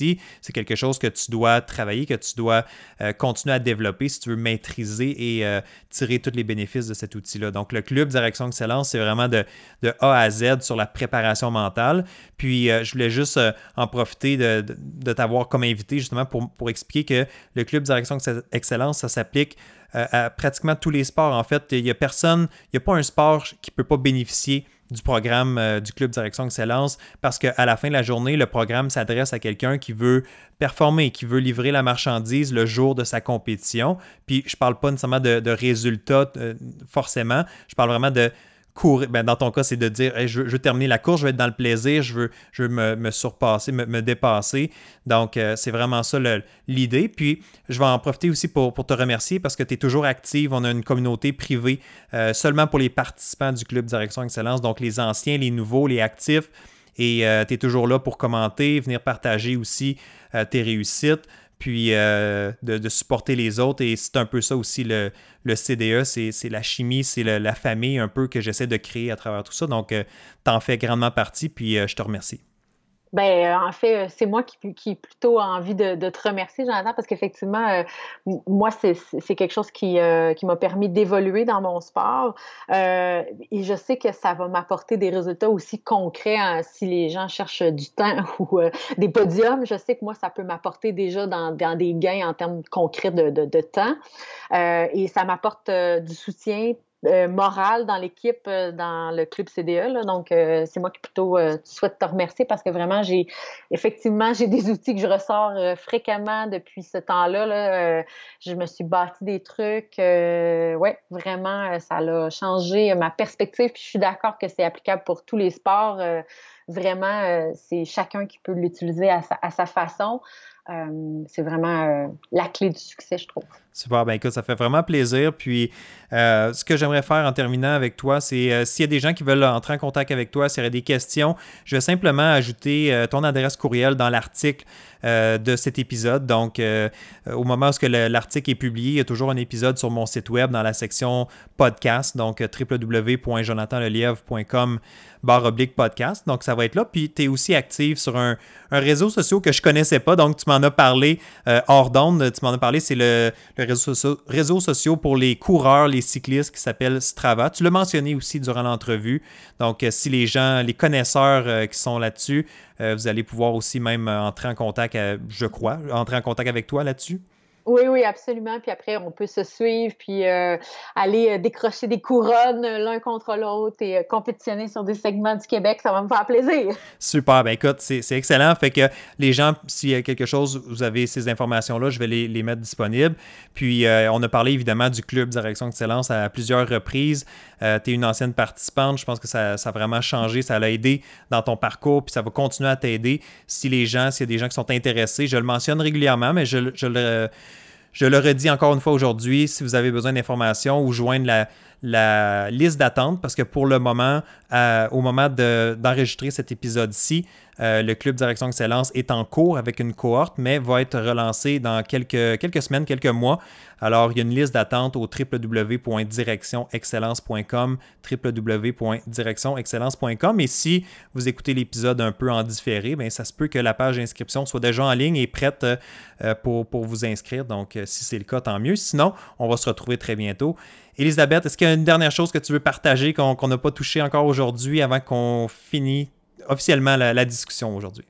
c'est quelque chose que tu dois travailler, que tu dois euh, continuer à développer si tu veux maîtriser et euh, tirer tous les bénéfices de cet outil-là. Donc, le Club Direction Excellence, c'est vraiment de, de A à Z sur la préparation mentale. Puis, euh, je voulais juste euh, en profiter de, de, de t'avoir comme invité justement pour, pour expliquer que le Club Direction Excellence, ça s'applique euh, à pratiquement tous les sports. En fait, il n'y a personne, il n'y a pas un sport qui ne peut pas bénéficier du programme euh, du Club Direction Excellence parce qu'à la fin de la journée, le programme s'adresse à quelqu'un qui veut performer, qui veut livrer la marchandise le jour de sa compétition. Puis, je ne parle pas nécessairement de, de résultats euh, forcément, je parle vraiment de courir. Ben, dans ton cas, c'est de dire hey, je, veux, je veux terminer la course, je veux être dans le plaisir, je veux, je veux me, me surpasser, me, me dépasser. Donc, euh, c'est vraiment ça le, l'idée. Puis, je vais en profiter aussi pour, pour te remercier parce que tu es toujours active. On a une communauté privée euh, seulement pour les participants du Club Direction Excellence, donc les anciens, les nouveaux, les actifs. Et euh, tu es toujours là pour commenter, venir partager aussi euh, tes réussites, puis euh, de, de supporter les autres. Et c'est un peu ça aussi le, le C D E, c'est, c'est la chimie, c'est le, la famille un peu que j'essaie de créer à travers tout ça. Donc, euh, t'en fais grandement partie, puis euh, je te remercie. Ben, euh, en fait, c'est moi qui, qui ai plutôt envie de, de te remercier, Jonathan, parce qu'effectivement, euh, moi, c'est, c'est quelque chose qui, euh, qui m'a permis d'évoluer dans mon sport. Euh, et je sais que ça va m'apporter des résultats aussi concrets hein, si les gens cherchent du temps ou euh, des podiums. Je sais que moi, ça peut m'apporter déjà dans, dans des gains en termes concrets de, de, de temps. Euh, et ça m'apporte euh, du soutien Euh, morale dans l'équipe, euh, dans le club C D E. Là. Donc, euh, c'est moi qui plutôt euh, souhaite te remercier parce que vraiment, j'ai effectivement, j'ai des outils que je ressors euh, fréquemment depuis ce temps-là. Là. Euh, je me suis bâti des trucs. Euh, ouais, vraiment, ça a changé ma perspective. Puis je suis d'accord que c'est applicable pour tous les sports. Euh, vraiment, euh, c'est chacun qui peut l'utiliser à sa, à sa façon. Euh, c'est vraiment euh, la clé du succès, je trouve. Super, ben écoute, ça fait vraiment plaisir. Puis, euh, ce que j'aimerais faire en terminant avec toi, c'est euh, s'il y a des gens qui veulent entrer en contact avec toi, s'il y aurait des questions, je vais simplement ajouter euh, ton adresse courriel dans l'article euh, de cet épisode. Donc, euh, au moment où le, l'article est publié, il y a toujours un épisode sur mon site web dans la section podcast, donc w w w point jonathan lelièvre point com barre oblique podcast. Donc, ça va être là. Puis, tu es aussi active sur un, un réseau social que je ne connaissais pas. Donc, tu m'en as parlé euh, hors d'onde. Tu m'en as parlé, c'est le, le réseau, so- réseau social pour les coureurs, les cyclistes qui s'appelle Strava. Tu l'as mentionné aussi durant l'entrevue. Donc, euh, si les gens, les connaisseurs euh, qui sont là-dessus, euh, vous allez pouvoir aussi même euh, entrer en contact, euh, je crois, entrer en contact avec toi là-dessus. Oui, oui, absolument. Puis après, on peut se suivre, puis euh, aller euh, décrocher des couronnes l'un contre l'autre et euh, compétitionner sur des segments du Québec. Ça va me faire plaisir. Super. Ben écoute, c'est, c'est excellent. Fait que les gens, s'il y a quelque chose, vous avez ces informations-là, je vais les, les mettre disponibles. Puis, euh, on a parlé évidemment du Club Direction Excellence à plusieurs reprises. Euh, tu es une ancienne participante. Je pense que ça, ça a vraiment changé. Ça l'a aidé dans ton parcours, puis ça va continuer à t'aider. Si les gens, s'il y a des gens qui sont intéressés, je le mentionne régulièrement, mais je, je le... Je le redis encore une fois aujourd'hui, si vous avez besoin d'informations ou joindre la, la liste d'attente, parce que pour le moment, euh, au moment de, d'enregistrer cet épisode-ci, euh, le Club Direction Excellence est en cours avec une cohorte, mais va être relancé dans quelques, quelques semaines, quelques mois. Alors, il y a une liste d'attente au w w w point direction excellence point com, w w w point direction excellence point com. Et si vous écoutez l'épisode un peu en différé, bien, ça se peut que la page d'inscription soit déjà en ligne et prête euh, pour, pour vous inscrire. Donc, euh, si c'est le cas, tant mieux. Sinon, on va se retrouver très bientôt. Élisabeth, est-ce qu'il y a une dernière chose que tu veux partager qu'on qu'on n'a pas touché encore aujourd'hui avant qu'on finisse officiellement la, la discussion aujourd'hui?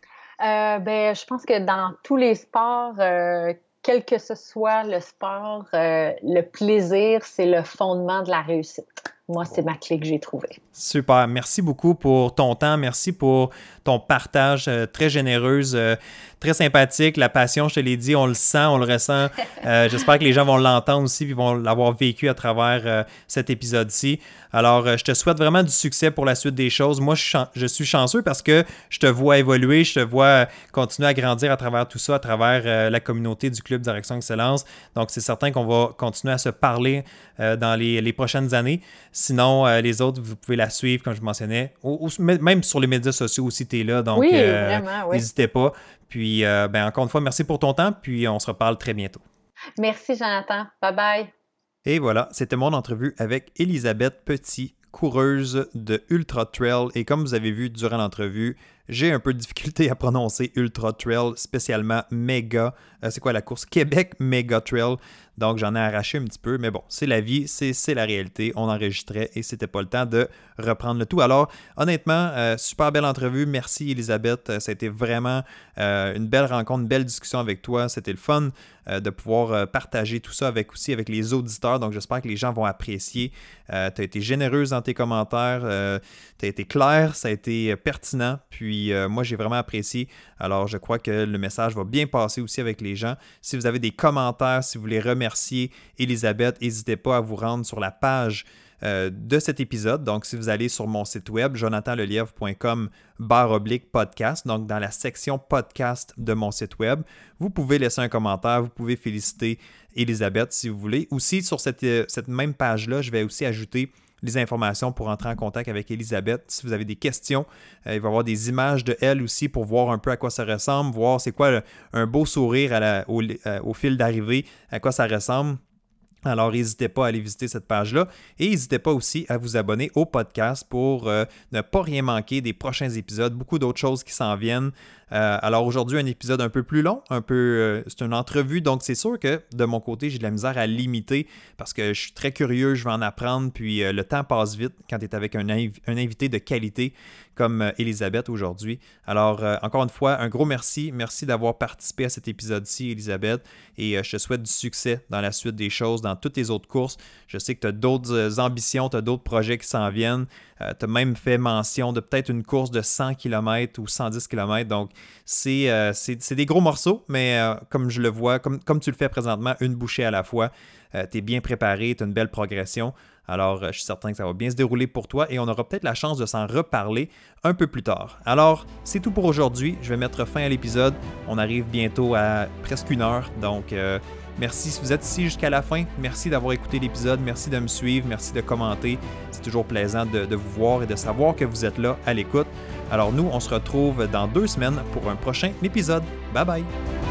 Euh, ben, je pense que dans tous les sports, euh, quel que ce soit le sport, euh, le plaisir, c'est le fondement de la réussite. Moi, c'est ma clé que j'ai trouvée. Super. Merci beaucoup pour ton temps. Merci pour ton partage euh, très généreuse, euh, très sympathique. La passion, je te l'ai dit, on le sent, on le ressent. Euh, j'espère que les gens vont l'entendre aussi et vont l'avoir vécu à travers euh, cet épisode-ci. Alors, euh, je te souhaite vraiment du succès pour la suite des choses. Moi, je, chan- je suis chanceux parce que je te vois évoluer, je te vois continuer à grandir à travers tout ça, à travers euh, la communauté du Club Direction Excellence. Donc, c'est certain qu'on va continuer à se parler euh, dans les, les prochaines années. Sinon, euh, les autres, vous pouvez la suivre, comme je mentionnais. Ou, ou, même sur les médias sociaux aussi, tu es là. Donc, oui, euh, vraiment, oui. N'hésitez pas. Puis, euh, ben, encore une fois, merci pour ton temps. Puis, on se reparle très bientôt. Merci, Jonathan. Bye-bye. Et voilà, c'était mon entrevue avec Élisabeth Petit, coureuse de Ultra Trail. Et comme vous avez vu durant l'entrevue, j'ai un peu de difficulté à prononcer Ultra Trail, spécialement méga. Euh, c'est quoi la course? Québec Méga Trail. Donc, j'en ai arraché un petit peu, mais bon, c'est la vie, c'est, c'est la réalité. On enregistrait et c'était pas le temps de reprendre le tout. Alors, honnêtement, euh, super belle entrevue. Merci, Elisabeth. Ça a été vraiment euh, une belle rencontre, une belle discussion avec toi. C'était le fun euh, de pouvoir euh, partager tout ça avec aussi avec les auditeurs. Donc, j'espère que les gens vont apprécier. Euh, tu as été généreuse dans tes commentaires. Euh, tu as été clair, ça a été pertinent. Puis, euh, moi, j'ai vraiment apprécié. Alors, je crois que le message va bien passer aussi avec les gens. Si vous avez des commentaires, si vous voulez remercier Elisabeth, n'hésitez pas à vous rendre sur la page euh, de cet épisode. Donc, si vous allez sur mon site web, jonathan lelièvre point com barre oblique podcast, donc dans la section podcast de mon site web, vous pouvez laisser un commentaire, vous pouvez féliciter Elisabeth si vous voulez. Aussi, sur cette, cette même page-là, je vais aussi ajouter les informations pour entrer en contact avec Elisabeth. Si vous avez des questions, euh, il va y avoir des images de elle aussi pour voir un peu à quoi ça ressemble, voir c'est quoi le, un beau sourire à la, au, euh, au fil d'arrivée, à quoi ça ressemble. Alors, n'hésitez pas à aller visiter cette page-là et n'hésitez pas aussi à vous abonner au podcast pour euh, ne pas rien manquer des prochains épisodes, beaucoup d'autres choses qui s'en viennent. Euh, alors aujourd'hui, un épisode un peu plus long, un peu, euh, c'est une entrevue, donc c'est sûr que de mon côté, j'ai de la misère à limiter parce que je suis très curieux, je veux en apprendre, puis euh, le temps passe vite quand tu es avec un, inv- un invité de qualité comme euh, Elisabeth aujourd'hui. Alors euh, encore une fois, un gros merci, merci d'avoir participé à cet épisode-ci, Elisabeth, et euh, je te souhaite du succès dans la suite des choses, dans toutes tes autres courses. Je sais que tu as d'autres euh, ambitions, tu as d'autres projets qui s'en viennent. Euh, tu as même fait mention de peut-être une course de cent kilomètres ou cent dix kilomètres. Donc, c'est, euh, c'est, c'est des gros morceaux, mais euh, comme je le vois, comme, comme tu le fais présentement, une bouchée à la fois. Euh, tu es bien préparé, tu as une belle progression. Alors, euh, je suis certain que ça va bien se dérouler pour toi et on aura peut-être la chance de s'en reparler un peu plus tard. Alors, c'est tout pour aujourd'hui. Je vais mettre fin à l'épisode. On arrive bientôt à presque une heure. Donc, euh, merci si vous êtes ici jusqu'à la fin. Merci d'avoir écouté l'épisode. Merci de me suivre. Merci de commenter. C'est toujours plaisant de, de vous voir et de savoir que vous êtes là à l'écoute. Alors, nous, on se retrouve dans deux semaines pour un prochain épisode. Bye bye!